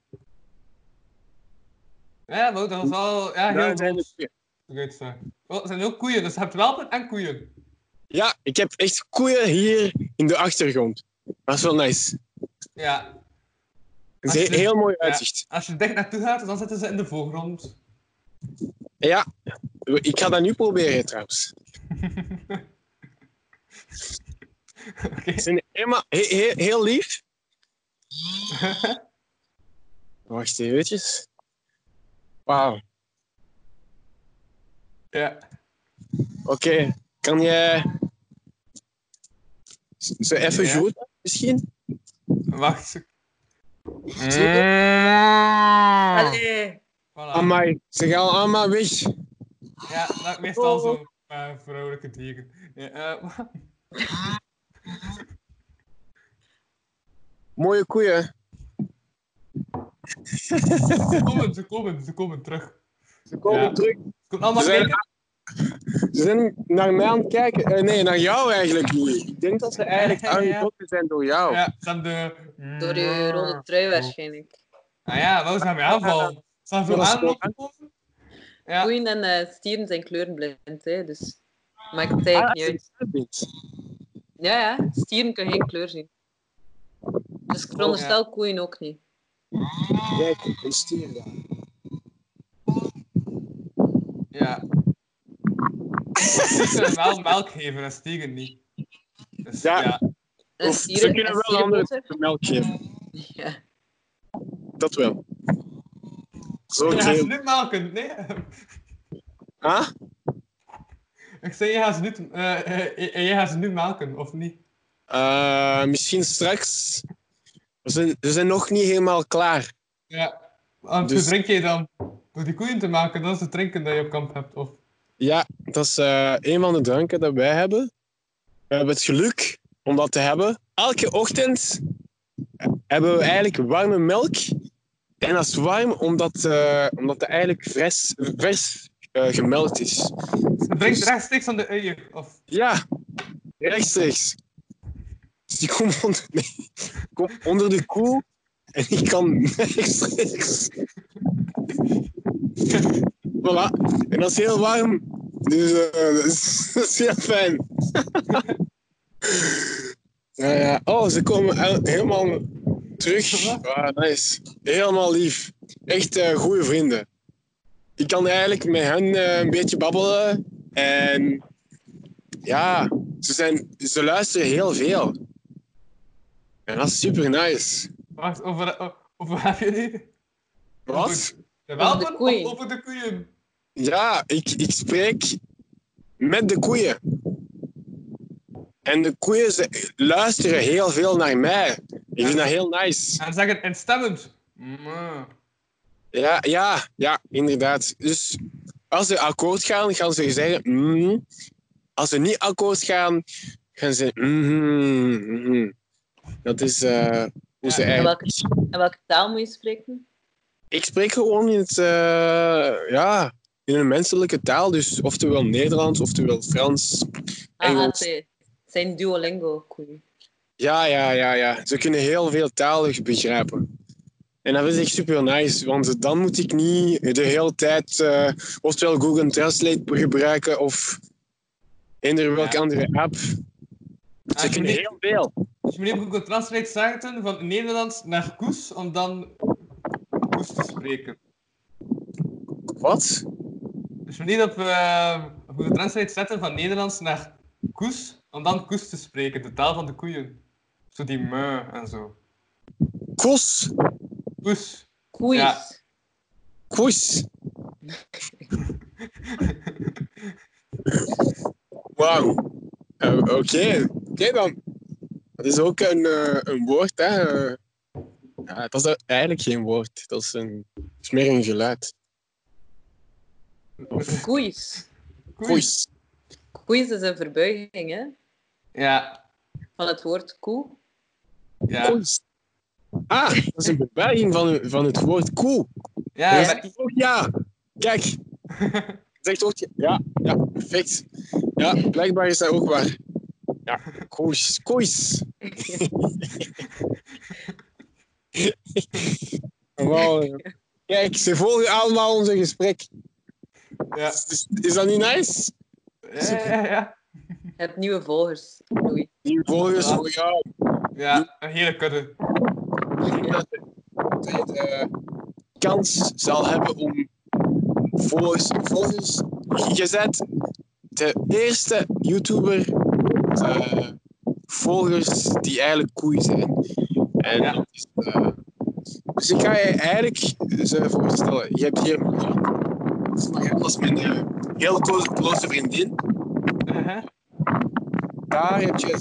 Ja, maar dat was wel heel Daar zijn goed. de Oh, er zijn ook koeien, dus je hebt welpen en koeien. Ja, ik heb echt koeien hier in de achtergrond. Dat is wel nice. Ja. Het is een heel mooi Ja. uitzicht. Als je dicht naartoe gaat, dan zitten ze in de voorgrond. Ja, ik ga dat nu proberen trouwens. Oké. Ze zijn helemaal heel lief. Wacht eventjes. Wauw. Ja. Oké, kan jij ze even Ja. groeten misschien? Wacht. Allee. Voilà. Amai, ze gaan allemaal weg. Ja, dat is meestal zo. Vrouwelijke dieren. Ja, Mooie koeien. ze komen terug. Ze komen Ja. terug. Komt allemaal Ze zijn- kijken? Ze zijn naar mij aan het kijken. Nee, naar jou eigenlijk niet. Ik denk dat ze eigenlijk Ja, ja, ja. aangetrokken zijn door jou. Ja, dan de... Door je rode trui waarschijnlijk. Ah ja, wou ze gaan mij aanvallen. Ze gaan zo Dat is aanlopen. Ja. Koeien en stieren zijn kleurenblind, hè, dus maakt het eigenlijk niet uit. Ja, stieren kunnen geen kleur zien. Dus ik veronderstel koeien ook niet. Kijk, een stier daar. Ja. Ze kunnen wel melk geven en stieren niet. Dus, Ja. ja. En Of ze kunnen wel anderen stierenboter? melk geven. Ja. Dat wel. Zo Je gaat ze heel... niet melken, nee. Ah? Ik zei, je gaat ze nu melken, of niet? Misschien straks. Ze zijn nog niet helemaal klaar. Ja. Want Dus- hoe drink je dan? Door die koeien te maken, dat is het drinken dat je op kamp hebt, of... Ja, dat is een van de dranken dat wij hebben. We hebben het geluk om dat te hebben. Elke ochtend hebben we eigenlijk warme melk. En dat is warm omdat het eigenlijk vers gemelkt is. Je drinkt rechtstreeks van de uier, of... Ja, rechtstreeks. Dus die komt onder de koe en ik kan rechtstreeks. Voilà. En dat is heel warm. Dus dat is heel fijn. Ja. Oh, ze komen helemaal terug. Ah, nice. Helemaal lief. Echt goede vrienden. Ik kan eigenlijk met hen een beetje babbelen. En ja, ze luisteren heel veel. En dat is super nice. Wacht, over heb je nu? Wat? De welpen Over de koeien. of over de koeien? Ja, ik spreek met de koeien. En de koeien luisteren heel veel naar mij. Ik vind dat heel nice. En zeggen instemmend. Mm. Ja, inderdaad. Dus als ze akkoord gaan, gaan ze zeggen... Mm. Als ze niet akkoord gaan, gaan ze... Dat is hoe ze En eigenlijk... welke taal moet je spreken? Ik spreek gewoon in het... in een menselijke taal. Dus oftewel Nederlands, oftewel Frans, Engels. Het zijn Duolingo-koeien. Ja. Ze kunnen heel veel talen begrijpen. En dat is echt super nice, want dan moet ik niet de hele tijd oftewel Google Translate gebruiken of eender welke andere app. Ze kunnen heel veel. Dus meneer Google Translate zeggen van Nederlands naar Koes, om dan Koes te spreken. Wat? Dus we niet op de translate zetten van Nederlands naar koes, om dan koes te spreken, de taal van de koeien. Zo die me en zo. Koes. Koes. Koeis. Ja. Koes. Wauw. Oké, dan. Dat is ook een woord, hè. Ja, dat is eigenlijk geen woord. Dat is meer een geluid. Koeis. Koes. Koeis is een verbuiging, hè? Ja. Van het woord koe. Ja. Koes. Ah, dat is een bewerking van het woord koe. Ja, Ja. maar- Oh ja, kijk. Zegt ook ja, perfect. Ja, blijkbaar is dat ook waar. Ja, koes. Wow. Kijk, ze volgen allemaal onze gesprek. ja. Is dat niet nice? Ja. Je hebt nieuwe volgers, Louis. Die volgers Ja. voor jou. Ja, een hele kudde. Dat je de kans zal hebben om volgers. Je bent de eerste YouTuber volgers die eigenlijk koeien zijn. En Ja. dat is, dus ik ga je eigenlijk ze voorstellen. Je hebt hier Marianne, dat is mijn heel close vriendin. Daar heb je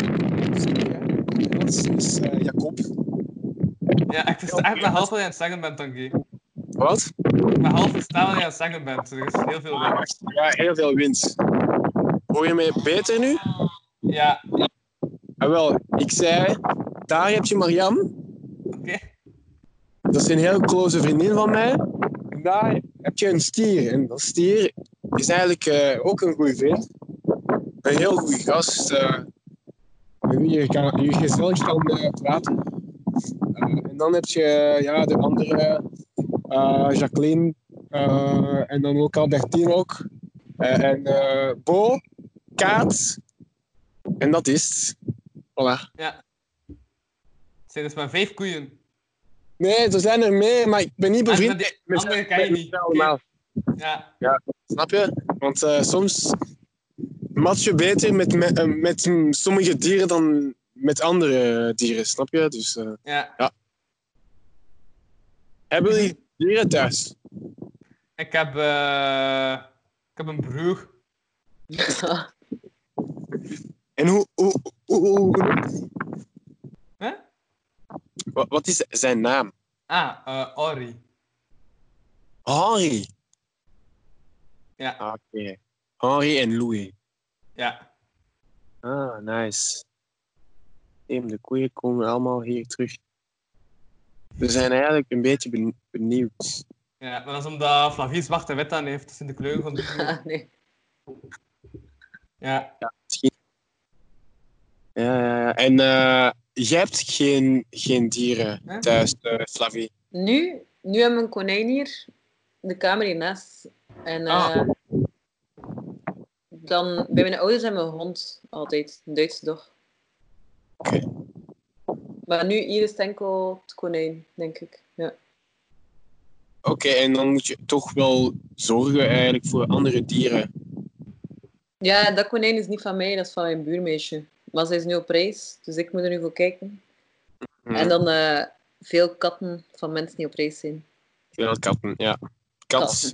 dat is Jacob. Ja, ik versta echt maar half wat je aan het zeggen bent, Tanguy. Wat? Maar half verstaan wat je aan het zeggen bent. Er is heel veel wind. Ja, heel veel wind. Hoor je mij beter nu? Ja, Ah, wel, ik zei, daar heb je Marianne. oké. Dat is een heel close vriendin van mij. En daar heb je een stier. En dat stier is eigenlijk ook een goede vriend. Een heel goede gast. Met wie je gezellig kan praten. En dan heb je de andere, Jacqueline. En dan ook Albertine ook. En Bo, Kaat. En dat is het. Voilà. Ja. Het zijn dus maar 5 koeien. Nee, er zijn er meer, maar ik ben niet bevriend En die andere ken je niet. allemaal. Ja. Snap je? Want soms match je beter met sommige dieren dan met andere dieren, snap je? Dus Ja. hebben jullie dieren thuis? Ik heb een broer. En hoe Huh? wat is zijn naam? Ori. Henri. Ja. Oké. Henri en Louis. Ja. Ah, nice. De koeien komen allemaal hier terug. We zijn eigenlijk een beetje benieuwd. Ja, maar dat is omdat Flavie zwart en wit aan heeft. Dat zijn de kleuren van de koeien. Nee. Ja. Ja, misschien. Ja. En jij hebt geen dieren Huh? thuis, Flavie. Nu hebben we een konijn hier. De kamer hiernaast. En dan bij mijn ouders hebben we een hond altijd. Een Duitse dog. Oké. Maar nu hier is het enkel het konijn, denk ik. Ja. Oké, en dan moet je toch wel zorgen eigenlijk voor andere dieren. Ja, dat konijn is niet van mij, dat is van mijn buurmeisje. Maar zij is nu op reis, dus ik moet er nu voor kijken. En dan veel katten van mensen die op reis zijn. Veel katten, ja. Kat is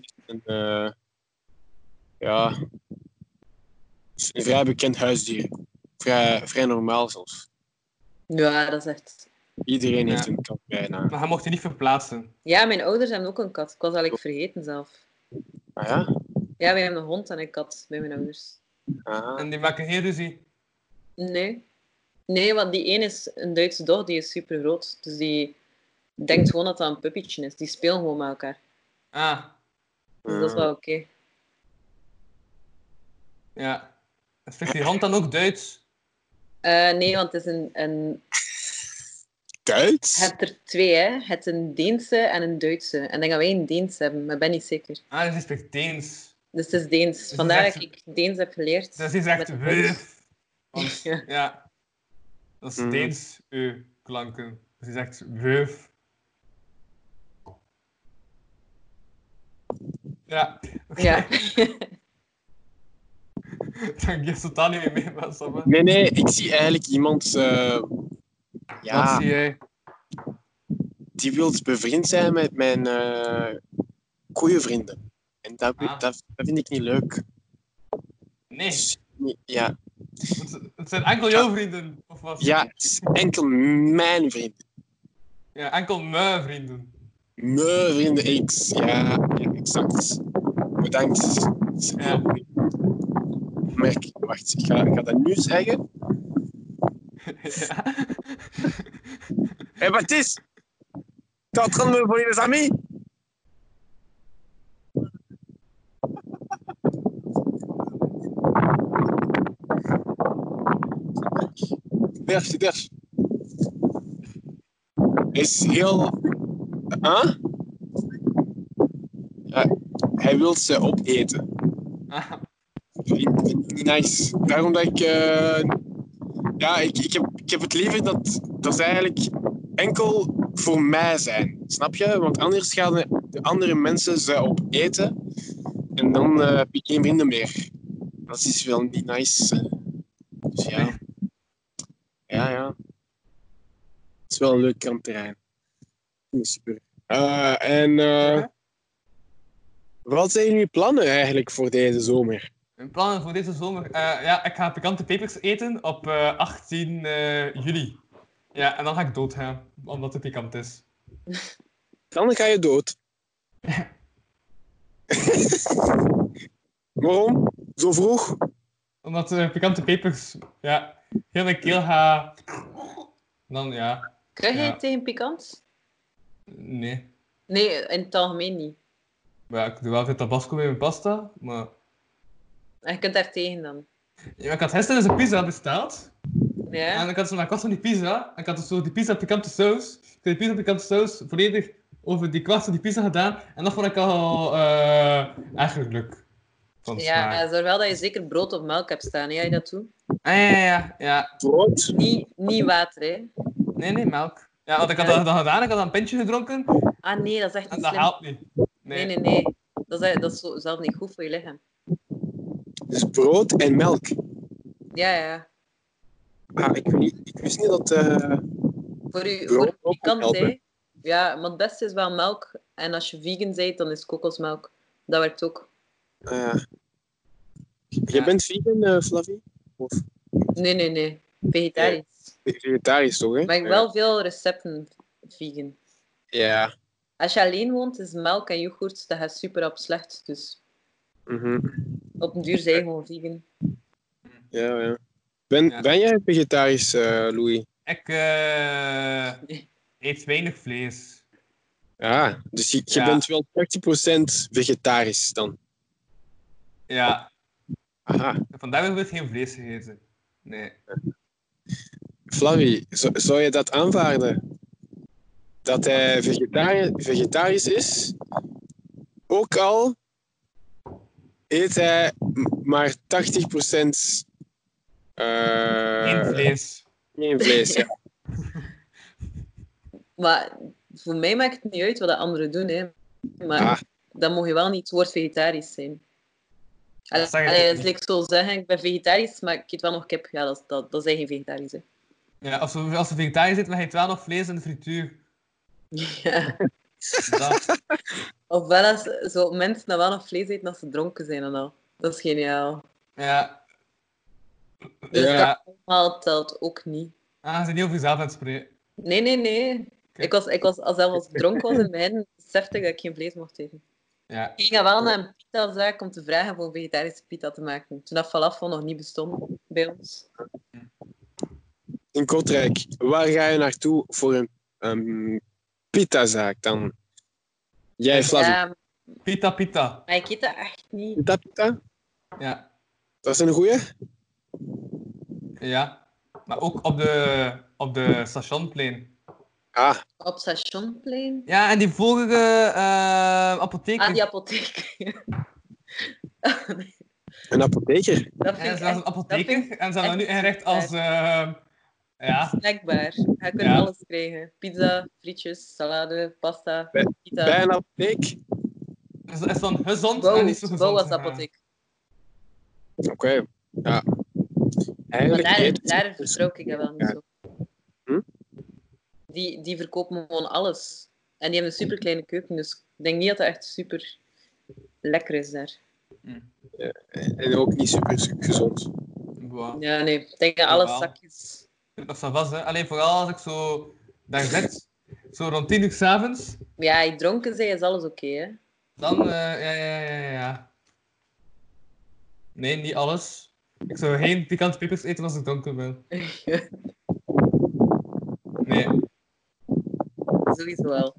is een vrij bekend huisdier. Vrij normaal zelfs. Ja, dat is echt... Iedereen heeft Ja. een kat bijna. Maar hij mocht die niet verplaatsen. Ja, mijn ouders hebben ook een kat. Ik was eigenlijk vergeten zelf. Ah ja? Ja, wij hebben een hond en een kat bij mijn ouders. Ah. En die maken geen ruzie. Nee. Nee, want die ene is een Duitse dog, die is super groot. Dus die denkt gewoon dat dat een puppytje is. Die spelen gewoon met elkaar. Dus dat is wel oké. Ja. En spreekt die hond dan ook Duits? Nee, want het is een... Duits? Je hebt er 2, hè. Je hebt een Deense en een Duitse. En ik denk dat wij een Deens hebben, maar ik ben niet zeker. Dus die spreekt Deens. Dus het is Deens. is Vandaar echt- dat ik Deens heb geleerd. Dus die zegt Met de wuf. Want, Ja. ja. Dat is Mhm. Deens klanken. Dus die zegt wuf. Ja. Ja. Dan geeft totaal niet meer mee, maar Sam. Nee, ik zie eigenlijk iemand... Wat ja, zie jij? die wil bevriend zijn met mijn koeienvrienden. En Ah. dat vind ik niet leuk. Nee, Dus, ja, het zijn enkel jouw vrienden. Of wat? ja, het is enkel mijn vrienden. Ja, enkel mijn vrienden. Mijn vrienden X. Ja, exact. Bedankt. Ja. Merk, wacht, ik ga dat nu zeggen. Ja. Hé, Baptiste! T'es en train de me voler les amis? Derf. Is heel... Huh? Ja, hij wil ze opeten. Ah, Vind ik niet nice. Daarom dat ik... ja, ik heb het liever dat ze eigenlijk enkel voor mij zijn. Snap je? Want anders gaan de andere mensen ze opeten. En dan heb ik geen vrienden meer. Dat is wel niet nice. Dus ja. Ja. Het is wel een leuk kampterrein. Super. Wat zijn jullie plannen eigenlijk voor deze zomer? mijn plannen voor deze zomer? Ja, ik ga pikante pepers eten op 18 juli. Ja, en dan ga ik doodgaan, omdat het pikant is. Dan ga je dood. Waarom? Zo vroeg? Omdat pikante pepers, ja, heel mijn keel gaat... Dan ja, Krijg jij Ja. het tegen pikant? nee. Nee, in het algemeen niet. Maar ja, ik doe altijd tabasco bij mijn pasta, maar... En je kunt daar tegen dan. Ja, ik had gisteren dus een pizza besteld. Ja? En ik had zo naar kost van die pizza. En ik had dus zo die pizza pikante saus. Ik heb die pizza pikante saus volledig over die kwast van die pizza gedaan. En dat vond ik al eigenlijk leuk. Van de smaak. Ja, zorg wel dat je zeker brood of melk hebt staan. Hè, als je dat doet. Ja. Brood? Niet water, hè. Nee, melk. Ja, want ik had dat gedaan. Ik had een pintje gedronken. Ah, nee, dat is echt En niet dat slim. helpt niet. Nee. Dat is zelf niet goed voor je lichaam. Dus brood en melk. Ja. Ah, ik wist niet dat... Voor je Brood ook pikant, helpen. hè. Ja, maar het beste is wel melk. En als je vegan bent, dan is kokosmelk. Dat werkt ook. Je bent vegan, Flavie? Of Nee. Vegetarisch. vegetarisch toch, hè? Maar ik heb wel veel recepten vegan. Ja. Als je alleen woont, is melk en yoghurt, dat gaat super op slecht. Dus Mhm. op een duur zijn je gewoon vegan. Ja. Ja. Ben jij vegetarisch, Louis? Ik eet weinig vlees. Ja, dus je Ja. bent wel 30% vegetarisch dan. Ja, Aha. vandaag heb ik geen vlees gegeten. Nee. Flavie, zou je dat aanvaarden? Dat hij vegetarisch is, ook al eet hij maar 80% Geen vlees. geen vlees, ja. Maar voor mij maakt het niet uit wat de anderen doen. Hè. Maar Ah. dan mag je wel niet het woord vegetarisch zijn. Dat zeg ik Allee, ook als niet. ik zo zeggen, ik ben vegetarisch, maar ik eet wel nog kip. Ja, dat zijn geen vegetarisch. Hè. Ja, als je vegetariër zit, maar je eet wel nog vlees in de frituur. Ja. Dat. Ofwel als zo mensen dat wel nog vlees eten als ze dronken zijn en al. Dat is geniaal. Ja. Dus Ja. dat allemaal telt ook niet. Ah, je zit niet over jezelf aan het spreken. Nee. Ik was, als ik dronken was in het begin, besefte ik dat ik geen vlees mocht eten. Ja. Ik ging wel naar een pizzazaak om te vragen voor een vegetarische pizza te maken. Toen dat falafel nog niet bestond bij ons. In Kortrijk, waar ga je naartoe voor een pitazaak dan? Jij, Flavie, Ja, Pita. maar ik eet dat echt niet. pita? Ja. Dat is een goeie? Ja. Maar ook op de stationplein. Ah, Op Stationplein? Ja, en die vorige apotheek. Ah, die apotheek. een apotheker. Dat Ja, vind ze ik was een apotheker dat vind en ze hebben dat nu echt ingericht als... ja. snackbar. Je kunt Ja. alles krijgen. Pizza, frietjes, salade, pasta, pita. Bij een apotheek? is dan gezond Wow, en niet zo wow gezond. was apotheek. Oké, ja. Maar Eigenlijk daar vertrouw ik dat wel niet Ja. zo. Hm? Die verkopen gewoon alles. En die hebben een super kleine keuken, dus ik denk niet dat dat echt super lekker is daar. En ook niet super gezond. Wow. Ja, nee. Ik denk dat alle Jawel. zakjes... Dat staat vast, hè. Alleen vooral als ik zo daar zit, zo rond 10 uur 's avonds, Maar ja, je dronken zijn is alles oké, hè. dan, ja. Nee, niet alles. Ik zou geen pikante pepers eten als ik dronken ben. Nee. Sowieso wel.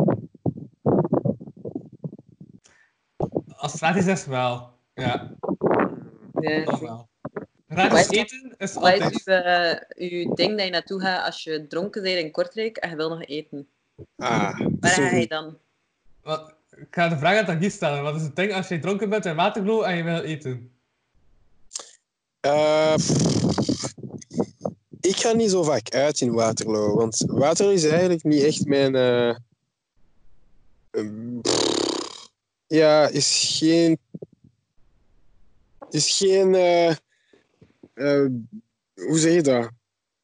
Als het gratis is, wel. Ja, Ja, dan zie. wel. Gratis Wat is- eten is Wat is altijd... uw ding dat je naartoe gaat als je dronken bent in Kortrijk en je wil nog eten? Dat Waar is zo ga je goed. dan? Ik ga de vraag aan Tanguy stellen. Wat is het ding als je dronken bent in Waterloo en je wil eten? Ik ga niet zo vaak uit in Waterloo, want Waterloo is eigenlijk niet echt mijn... ja, is geen... hoe zeg je dat?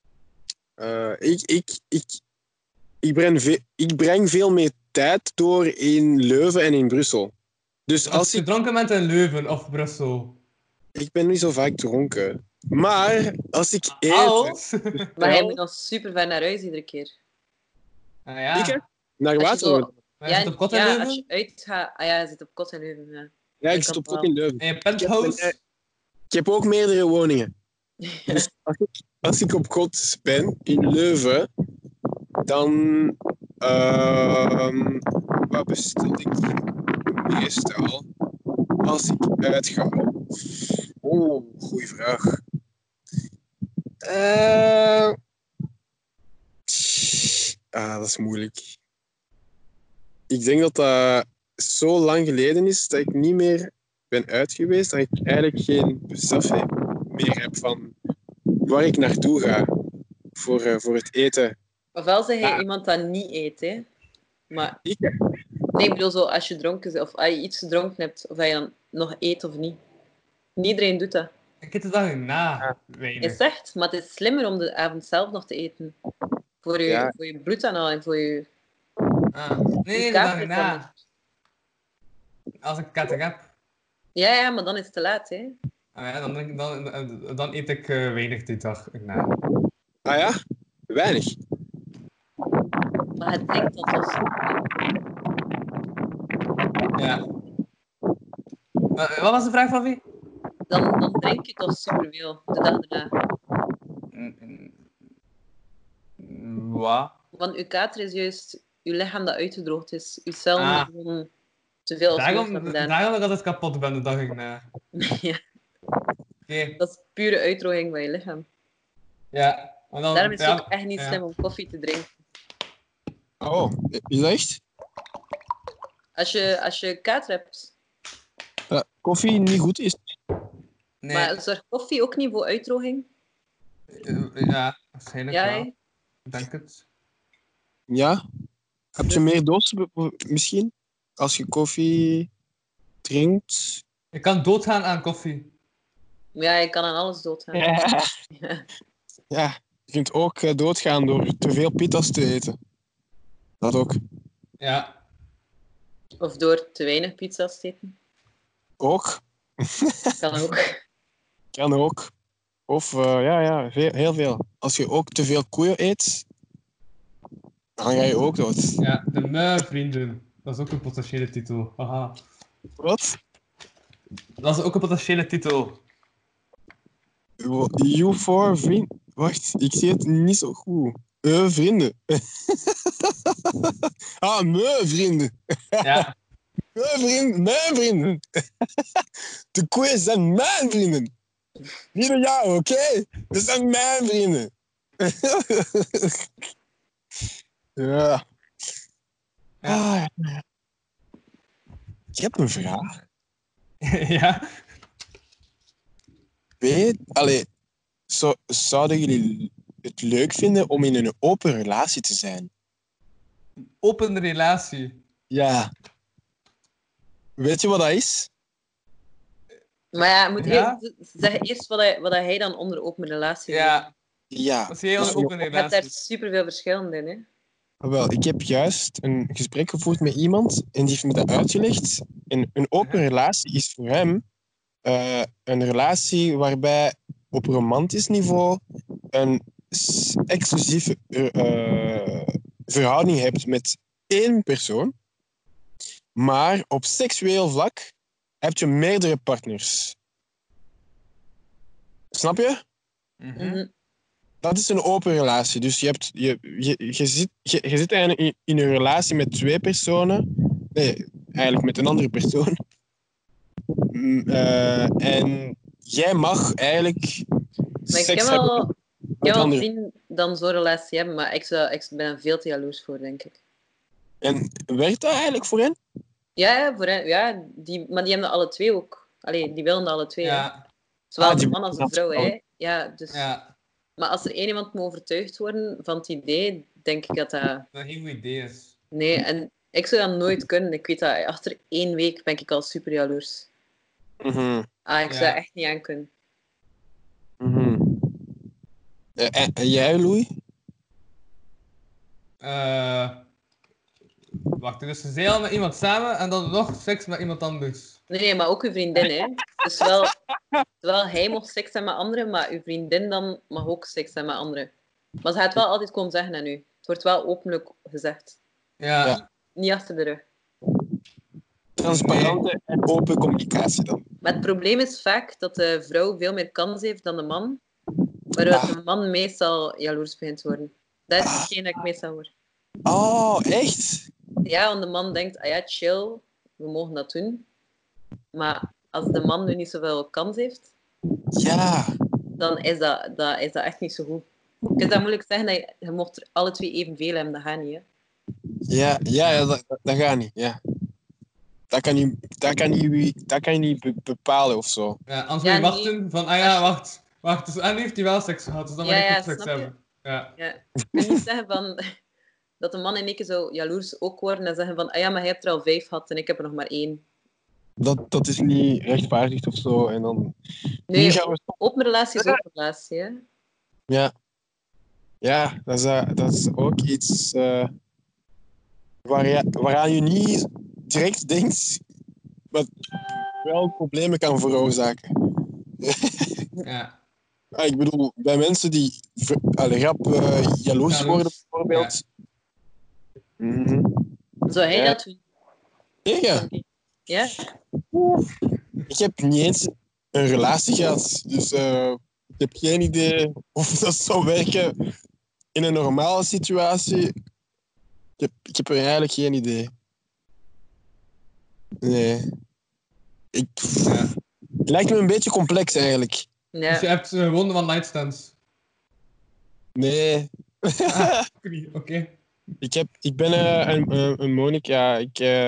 Ik breng veel meer tijd door in Leuven en in Brussel. Dus Als je dronken bent in Leuven of Brussel. ik ben niet zo vaak dronken. Maar als ik eet... Als? Maar hij moet nog super ver naar huis iedere keer. Ah, ja. Ik, naar Als je Waterloo. zo- Maar je zit op kot in ja, Leuven? als je uitgaat... Ah ja, je zit op kot in Leuven, ja. Ja, Ik ik zit kan op wel. kot in Leuven. In je penthouse? Ik heb ook meerdere woningen. Dus als ik op kot ben in Leuven, dan wat bestel ik meestal als ik uitga? Goeie vraag. Dat is moeilijk. Ik denk dat dat zo lang geleden is dat ik niet meer ben uit geweest, dat ik eigenlijk geen besef meer heb van waar ik naartoe ga voor het eten. Ofwel zeg je iemand dat niet eet, hè. Maar... Ik? Nee, ik bedoel zo, als je dronken bent, of als je iets gedronken hebt, of dat je dan nog eet of niet. Niet iedereen doet dat. Ik eet het dag na. Weinig. Is echt, maar het is slimmer om de avond zelf nog te eten. Voor je, Ja. voor je bloedaanhaling en voor je... Nee, je de dag kater is na. dan- Als ik kater heb. Ja, maar dan is het te laat, hè. Ja, dan eet ik weinig die dag na. Ah ja? Weinig. Maar het drinkt dan toch zo. Ja. Wat was de vraag van wie? Dan drink je toch superveel de dag daarna. Wat? Want je kater is juist je lichaam dat uitgedroogd is. Je cellen Ah. hebben gewoon te veel osmose Daarom gedaan. dat ik altijd kapot ben de dag na. Ja, Oké. dat is pure uitdroging van je lichaam. Ja. Maar dan, Daarom is het ja, ook echt niet ja. slim om koffie te drinken. Oh, is dat echt? Als je kater hebt. Koffie niet goed is? Nee. Maar zorgt koffie ook niet voor uitdroging? Ja, waarschijnlijk Ja, wel. hè? Ik denk het. Ja. Heb je meer dorst misschien? Als je koffie drinkt? Je kan doodgaan aan koffie. Ja, je kan aan alles doodgaan. Ja. Ja. Ja. Je kunt ook doodgaan door te veel pita's te eten. Dat ook. Ja. Of door te weinig pizza's te eten. Ook. Kan ook. Kan ook. Of heel veel. Als je ook te veel koeien eet, dan ga je ook dood. Ja, de muivrienden. Dat is ook een potentiële titel. Haha. Wat? Dat is ook een potentiële titel. You for vriend. Wacht, ik zie het niet zo goed. Vrienden. Mijn vrienden. Ja. Mijn vrienden. De koeien zijn mijn vrienden. Niet door jou, oké? Dat zijn mijn vrienden. Ja. Ja. Ik heb een vraag. Ja. Zouden jullie het leuk vinden om in een open relatie te zijn? Open relatie. Ja. Weet je wat dat is? Maar ja, moet Ja? zeg eerst wat hij dan onder open relatie doet. Ja, Ja. dat is heel Dus- open Je hebt daar relatie. superveel verschillen in, hè. Wel, ik heb juist een gesprek gevoerd met iemand en die heeft me dat uitgelegd. En een open relatie is voor hem een relatie waarbij op romantisch niveau een exclusieve verhouding hebt met één persoon, maar op seksueel vlak heb je meerdere partners. Snap je? Mhm. Dat is een open relatie. Dus je zit eigenlijk in een relatie met twee personen. Nee, eigenlijk met een andere persoon. En jij mag eigenlijk Maar ik seks ken hebben wel, met andere. vrienden dan zo'n relatie hebben, maar ik ben er veel te jaloers voor, denk ik. En werkt dat eigenlijk voor hen? Ja, voor hen, ja maar die hebben dat alle twee ook. Allee, die willen dat alle twee. Hè. Ja, Zowel die de man als de vrouw. Hè. Ja, dus... ja, Maar als er één iemand moet overtuigd worden van het idee, denk ik dat dat... dat geen goed idee is. Nee, en ik zou dat nooit kunnen. Ik weet dat achter 1 week ben ik al super jaloers. Mhm, Ik zou Ja. dat echt niet aan kunnen. mhm. En jij, Louis? Wacht, Dus ze zijn al met iemand samen en dan nog seks met iemand anders. Nee, maar ook uw vriendin, hè. Dus wel hij mocht seks hebben met anderen, maar uw vriendin dan mag ook seks hebben met anderen. Maar ze gaat het wel altijd komen zeggen aan u. Het wordt wel openlijk gezegd. Ja, Ja. Niet achter de rug. Transparante en open communicatie dan. Maar het probleem is vaak dat de vrouw veel meer kans heeft dan de man, waardoor de man meestal jaloers begint te worden. Dat is hetgeen dat ik meestal hoor. Oh, echt? Ja, want de man denkt, ja, chill, we mogen dat doen. Maar als de man nu niet zoveel kans heeft, Ja. dan is dat echt niet zo goed. Je kunt dat moeilijk zeggen, dat je mocht er alle twee evenveel hebben, dat gaat niet. Hè. Ja, dat gaat niet. Ja. Dat kan je niet bepalen of zo. ja anders Ja, moet je nee. wachten van, wacht, dus en nu heeft hij wel seks gehad, dus dan moet Ja, ik ja, ook seks snap je? hebben. Ja, Ja. Je kunt niet zeggen van, dat de man in één keer zo jaloers ook worden en zeggen van, ja, maar hij hebt er al 5 gehad en ik heb er nog maar 1. Dat is niet rechtvaardigd of zo. En dan... Nu Nee, gaan we... open relatie is open relatie, hè. Ja, dat is ook iets waaraan je niet direct denkt, wat wel problemen kan veroorzaken. ja. Ik bedoel, bij mensen die rap jaloers worden, bijvoorbeeld. Mhm. Zou hij Ja. dat doen? Ja, Ja? ik heb niet eens een relatie gehad, dus ik heb geen idee of dat zou werken in een normale situatie. Ik heb er eigenlijk geen idee. Nee. Ja. Het lijkt me een beetje complex eigenlijk. Dus je Ja. hebt gewoon one night stands. Nee. Oké. Ik ben een monnik, ja.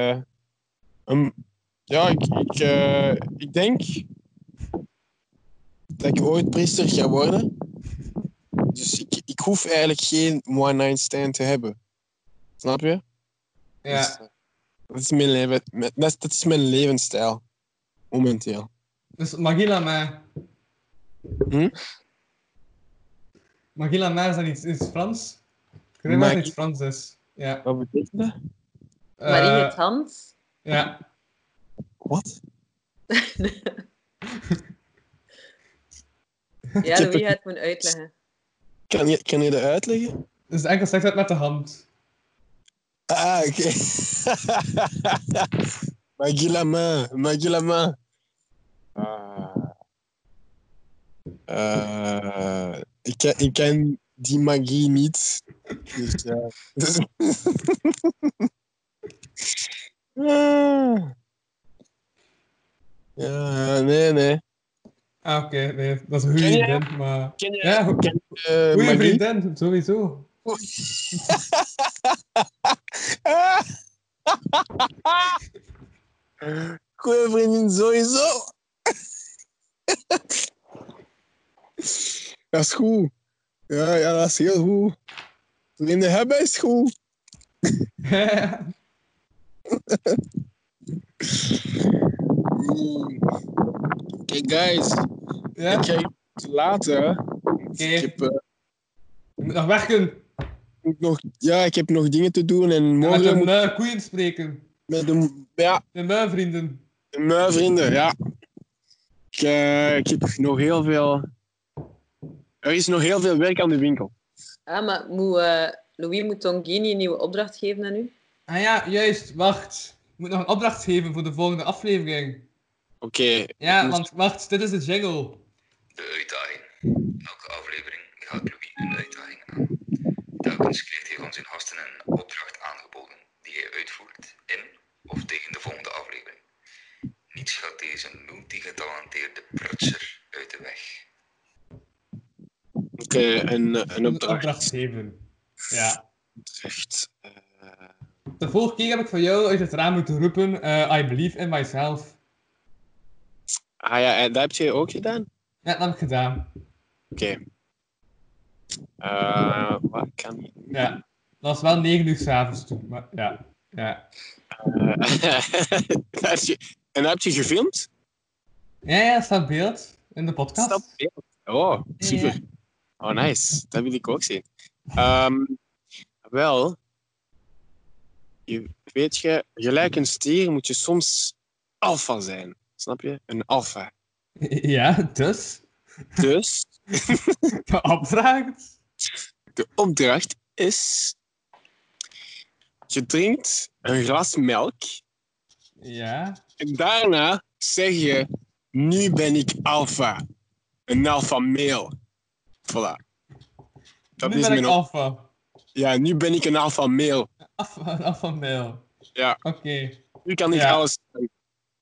Ik denk dat ik ooit priester ga worden. Dus ik hoef eigenlijk geen one-night stand te hebben. Snap je? Ja. Dus, dat is mijn leven, dat is mijn levensstijl. Momenteel. Dus Magila mij. Hm? Magila mij is dat iets Frans? Ik weet niet of het iets Frans is. Ja. Wat betekent dat? Marie het Hans. Ja. Wat? Ja, Louis gaat het moeten uitleggen. Kan je dat uitleggen? Dus enkel seks uit met de hand. Ah, oké. Magilama. Ik ken die magie niet. Dus ja. Ja, nee. Ah, oké. Nee, dat is een goede Ken je- vriendin, maar... Ken je, Ja, ken goede magie? vriendin, sowieso. Goeie vriendin, sowieso. Dat is goed. Ja, dat is heel goed. Vrienden hebben is goed. Kijk, guys. Ja? Ik ga je laten. Oké. Ik heb, Je moet nog werken. ik heb nog dingen te doen. En Met morgen moet de koeien spreken. met De muivrienden. mijn vrienden, ja. Ik heb nog heel veel... Er is nog heel veel werk aan de winkel. Ah, maar Louis moet Tongini een nieuwe opdracht geven aan u? Ah ja, juist. Wacht. Ik moet nog een opdracht geven voor de volgende aflevering. Oké. Ja, want wacht. Dit is de jingle. De uitdaging. Elke aflevering gaat Louis een uitdaging aan. Telkens krijgt hij van zijn gasten een opdracht aangeboden die hij uitvoert in of tegen de volgende aflevering. Niets gaat deze multigetalenteerde prutser uit de weg. Oké, een opdracht. Opdracht geven. Ja. Echt. De vorige keer heb ik voor jou uit het raam moeten roepen, I believe in myself. Ah ja, en dat heb je ook gedaan? Ja, dat heb ik gedaan. Oké. Wat kan niet? Ja. Dat was wel 9 uur 's avonds toen, maar ja. Ja. En heb je gefilmd? Ja, staat beeld in de podcast. Snap je? Oh, super. Ja. Oh, nice. Dat wil ik ook zien. Wel, weet je, gelijk een stier moet je soms alfa zijn. Snap je? Een alfa. Ja, dus. Dus De opdracht. de opdracht is... Je drinkt een glas melk Ja. en daarna zeg je... Nu ben ik alfa. Een alfa male. Voilà. Dat Nu is ben ik mijn alpha. Ja, nu ben ik een alfa male. Alpha male. Ja. Oké. Nu kan ik Ja. alles zijn.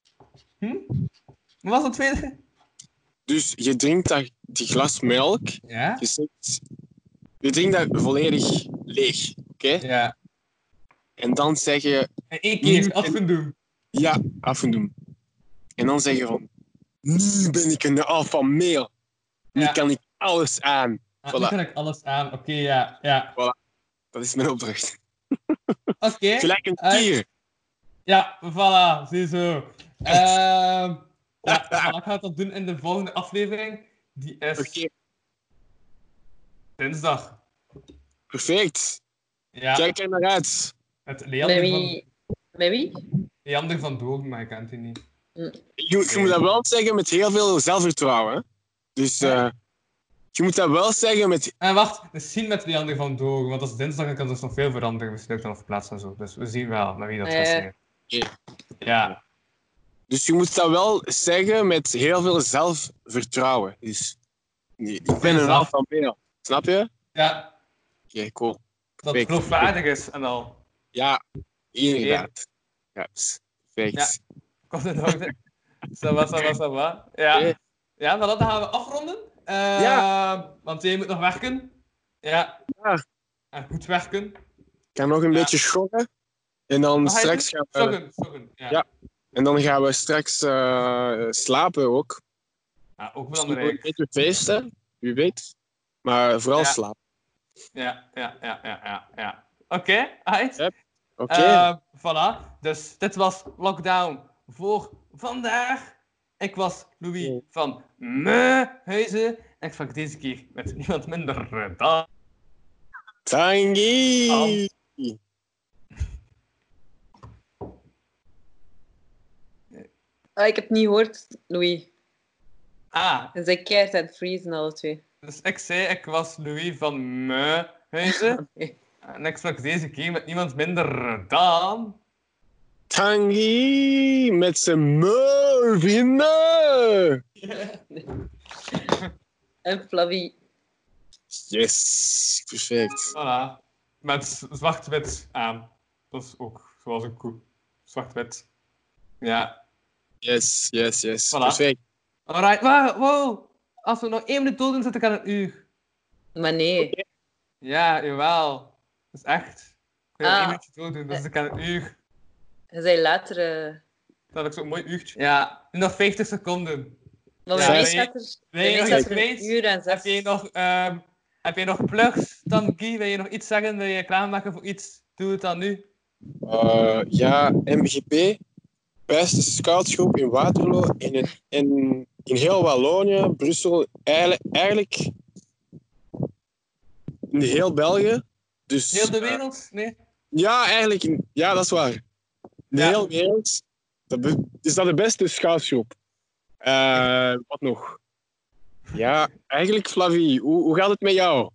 Wat was het tweede? Dus je drinkt die glas melk. Ja? Je drinkt dat volledig leeg. Oké? Ja. En dan zeg je... En 1 keer af en doen. Ja, af en doen. En dan zeg je van... Nu ben ik een alfa male. Nu Ja. kan ik alles aan. Ah, Voilà. nu kan ik alles aan. Oké, ja. Ja. Dat is mijn opdracht. Oké. Gelijk een tier. Ja, voilà. Ziezo. Ja, voilà, ik ga dat doen in de volgende aflevering. Die is Oké, dinsdag. perfect. Ja. Kijk er naar uit. Het Met wie? Leander van Dogen, maar ik ken die niet. Je moet dat wel zeggen met heel veel zelfvertrouwen. Hè? Dus je moet dat wel zeggen met... En wacht, misschien met Leander van Dogen, want als dinsdag dan kan dus nog veel veranderen. We sluiten dan verplaatsen en zo. Dus we zien wel met wie dat gaat zijn. Oké. Ja. Dus je moet dat wel zeggen met heel veel zelfvertrouwen. Dus, ik ben een alfa male. Snap je? Ja, Oké, cool. dat het Perfect. geloofwaardig is en al. Ja, inderdaad. Ja, perfect. Komt in orde. Ça va. Ja. Oké. Ja, maar dan gaan we afronden. Want jij moet nog werken. Ja. Ja. En goed werken. Ik ga nog een beetje schokken. En dan Wat ga je straks doen? gaan we... Sorgen. Ja. Ja. En dan gaan we straks slapen ook. Ja, ook Misschien belangrijk. een beetje feesten, wie weet. Maar vooral Ja. slapen. Ja. Oké, uit. Ja. Oké. Voilà. Dus dit was Lockdown voor vandaag. Ik was Louis van Meuhuizen. En ik sprak deze keer met niemand minder dan... Tanguy! Ik heb het niet gehoord, Louis. Ah, En zij keert aan het freezen, alle twee. dus ik zei, ik was Louis van Meuhuizen. En ik sprak deze keer met niemand minder dan... Tanguy met zijn vrienden! En Flavie. Yes, perfect. Voilà. Met zwart-wit aan. Dat is ook zoals een koe. Zwart-wit. Ja. Yes. Voilà. Perfect. Alright, wow. Als we nog 1 minuut door doen, zit ik aan een uur. Maar nee. Ja, jawel. Dat is echt. Ik wil Ah. 1 minuutje door doen, dus ik aan een uur. Je zei later... Dat heb ik zo'n mooi uurtje. Ja, nu nog 50 seconden. Maar Ja, bij mij ben je- staat er... ben Bij je mij nog staat er iets een uur en Heb 6. je nog plugs dan, Guy? Wil je nog iets zeggen? Wil je klaarmaken voor iets? Doe het dan nu. Ja, MGP. beste scoutsgroep in Waterloo, in heel Wallonië, Brussel, eigenlijk in heel België. Dus, Heel de wereld? Nee? ja, eigenlijk, ja, dat is waar. In de Ja. hele wereld is dat de beste scoutsgroep. Wat nog? Ja, eigenlijk, Flavie, hoe gaat het met jou?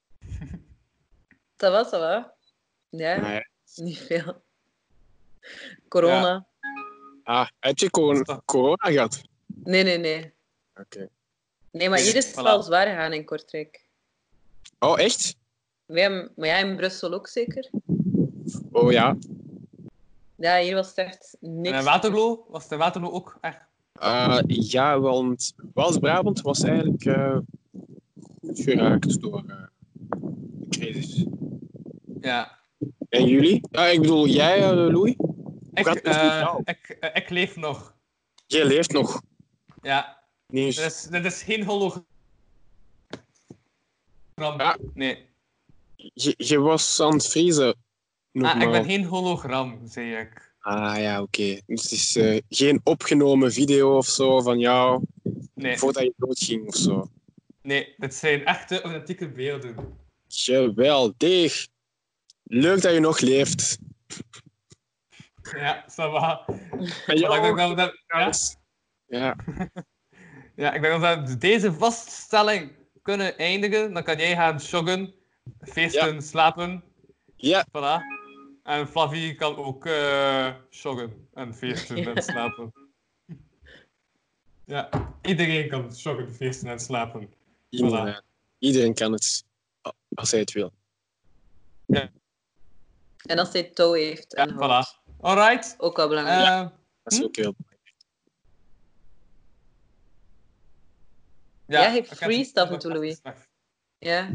Ça va. Ja, Nee. niet veel. Corona. Heb je corona gehad? Nee. Oké. Nee, maar hier is het Voilà. wel zwaar gegaan in Kortrijk. Oh, echt? Maar ja, in Brussel ook zeker. Oh ja. Ja, hier was het echt En in niks. Waterloo? Was het in Waterloo ook echt? Ja, want Wals-Brabant was eigenlijk goed geraakt door de crisis. Ja. En jullie? Ik bedoel, jij, Louis? Hoe gaat het met jou? Ik leef nog. Jij leeft nog. Ja. Nee, Dit is geen hologram. Ja. Nee. je was aan het vriezen. Ik ben Nogmaals. geen hologram, zei ik. Ja, oké. Dus het is geen opgenomen video of zo van jou Nee. voordat je doodging of zo. Nee, dit zijn echte, authentieke beelden. Geweldig. Leuk dat je nog leeft. Ja, ça va. En jou Ik denk dat, Ja. ja, ik denk dat we deze vaststelling kunnen eindigen. Dan kan jij gaan joggen, feesten, slapen. Ja. Voilà. En Flavie kan ook joggen en feesten en slapen. Ja, iedereen kan joggen, feesten en slapen. Inderdaad. Iedereen kan het als hij het wil. En als hij touw heeft. Ja, En hout. voilà. Alright. Ook wel belangrijk. Dat is ook heel Ja, hij freest af en toe, Louis. Ja.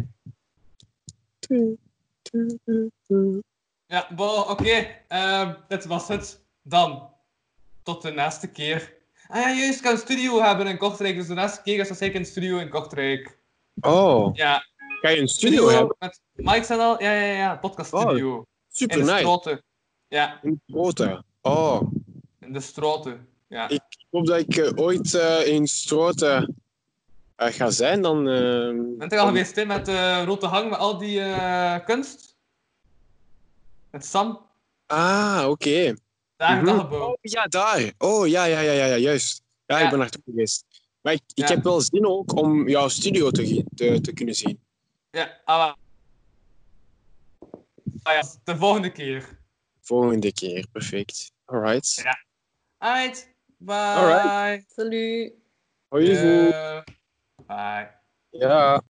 Ja, oké. Dit was het. Dan. Tot de nächste keer. Ja, juist. Ik ga een studio hebben in Kortrijk. Dus de nächste keer is dat zeker een studio in Kortrijk. Oh, Ja. ga je een studio hebben? Met Mike en al. Ja. Podcast studio. Super In de nice. Stroten. Ja. In Stroten. Oh, In de Stroten. Ja. ik hoop dat ik ooit in Stroten ga zijn. Dan, Bent je al geweest hè, met Rote Hang, met al die kunst? Met Sam? Oké. Daar Mhm. dat gebouw. Oh, ja, daar. Oh, ja, juist. Ja, Ja. ik ben naartoe geweest. Maar ik Ja. heb wel zin ook om jouw studio te kunnen zien. Ja, ja, de volgende keer. Volgende keer, perfect. Alright. Ja. Alright. Bye. Alright. Salut. Hoi. Yeah. Bye. Ja.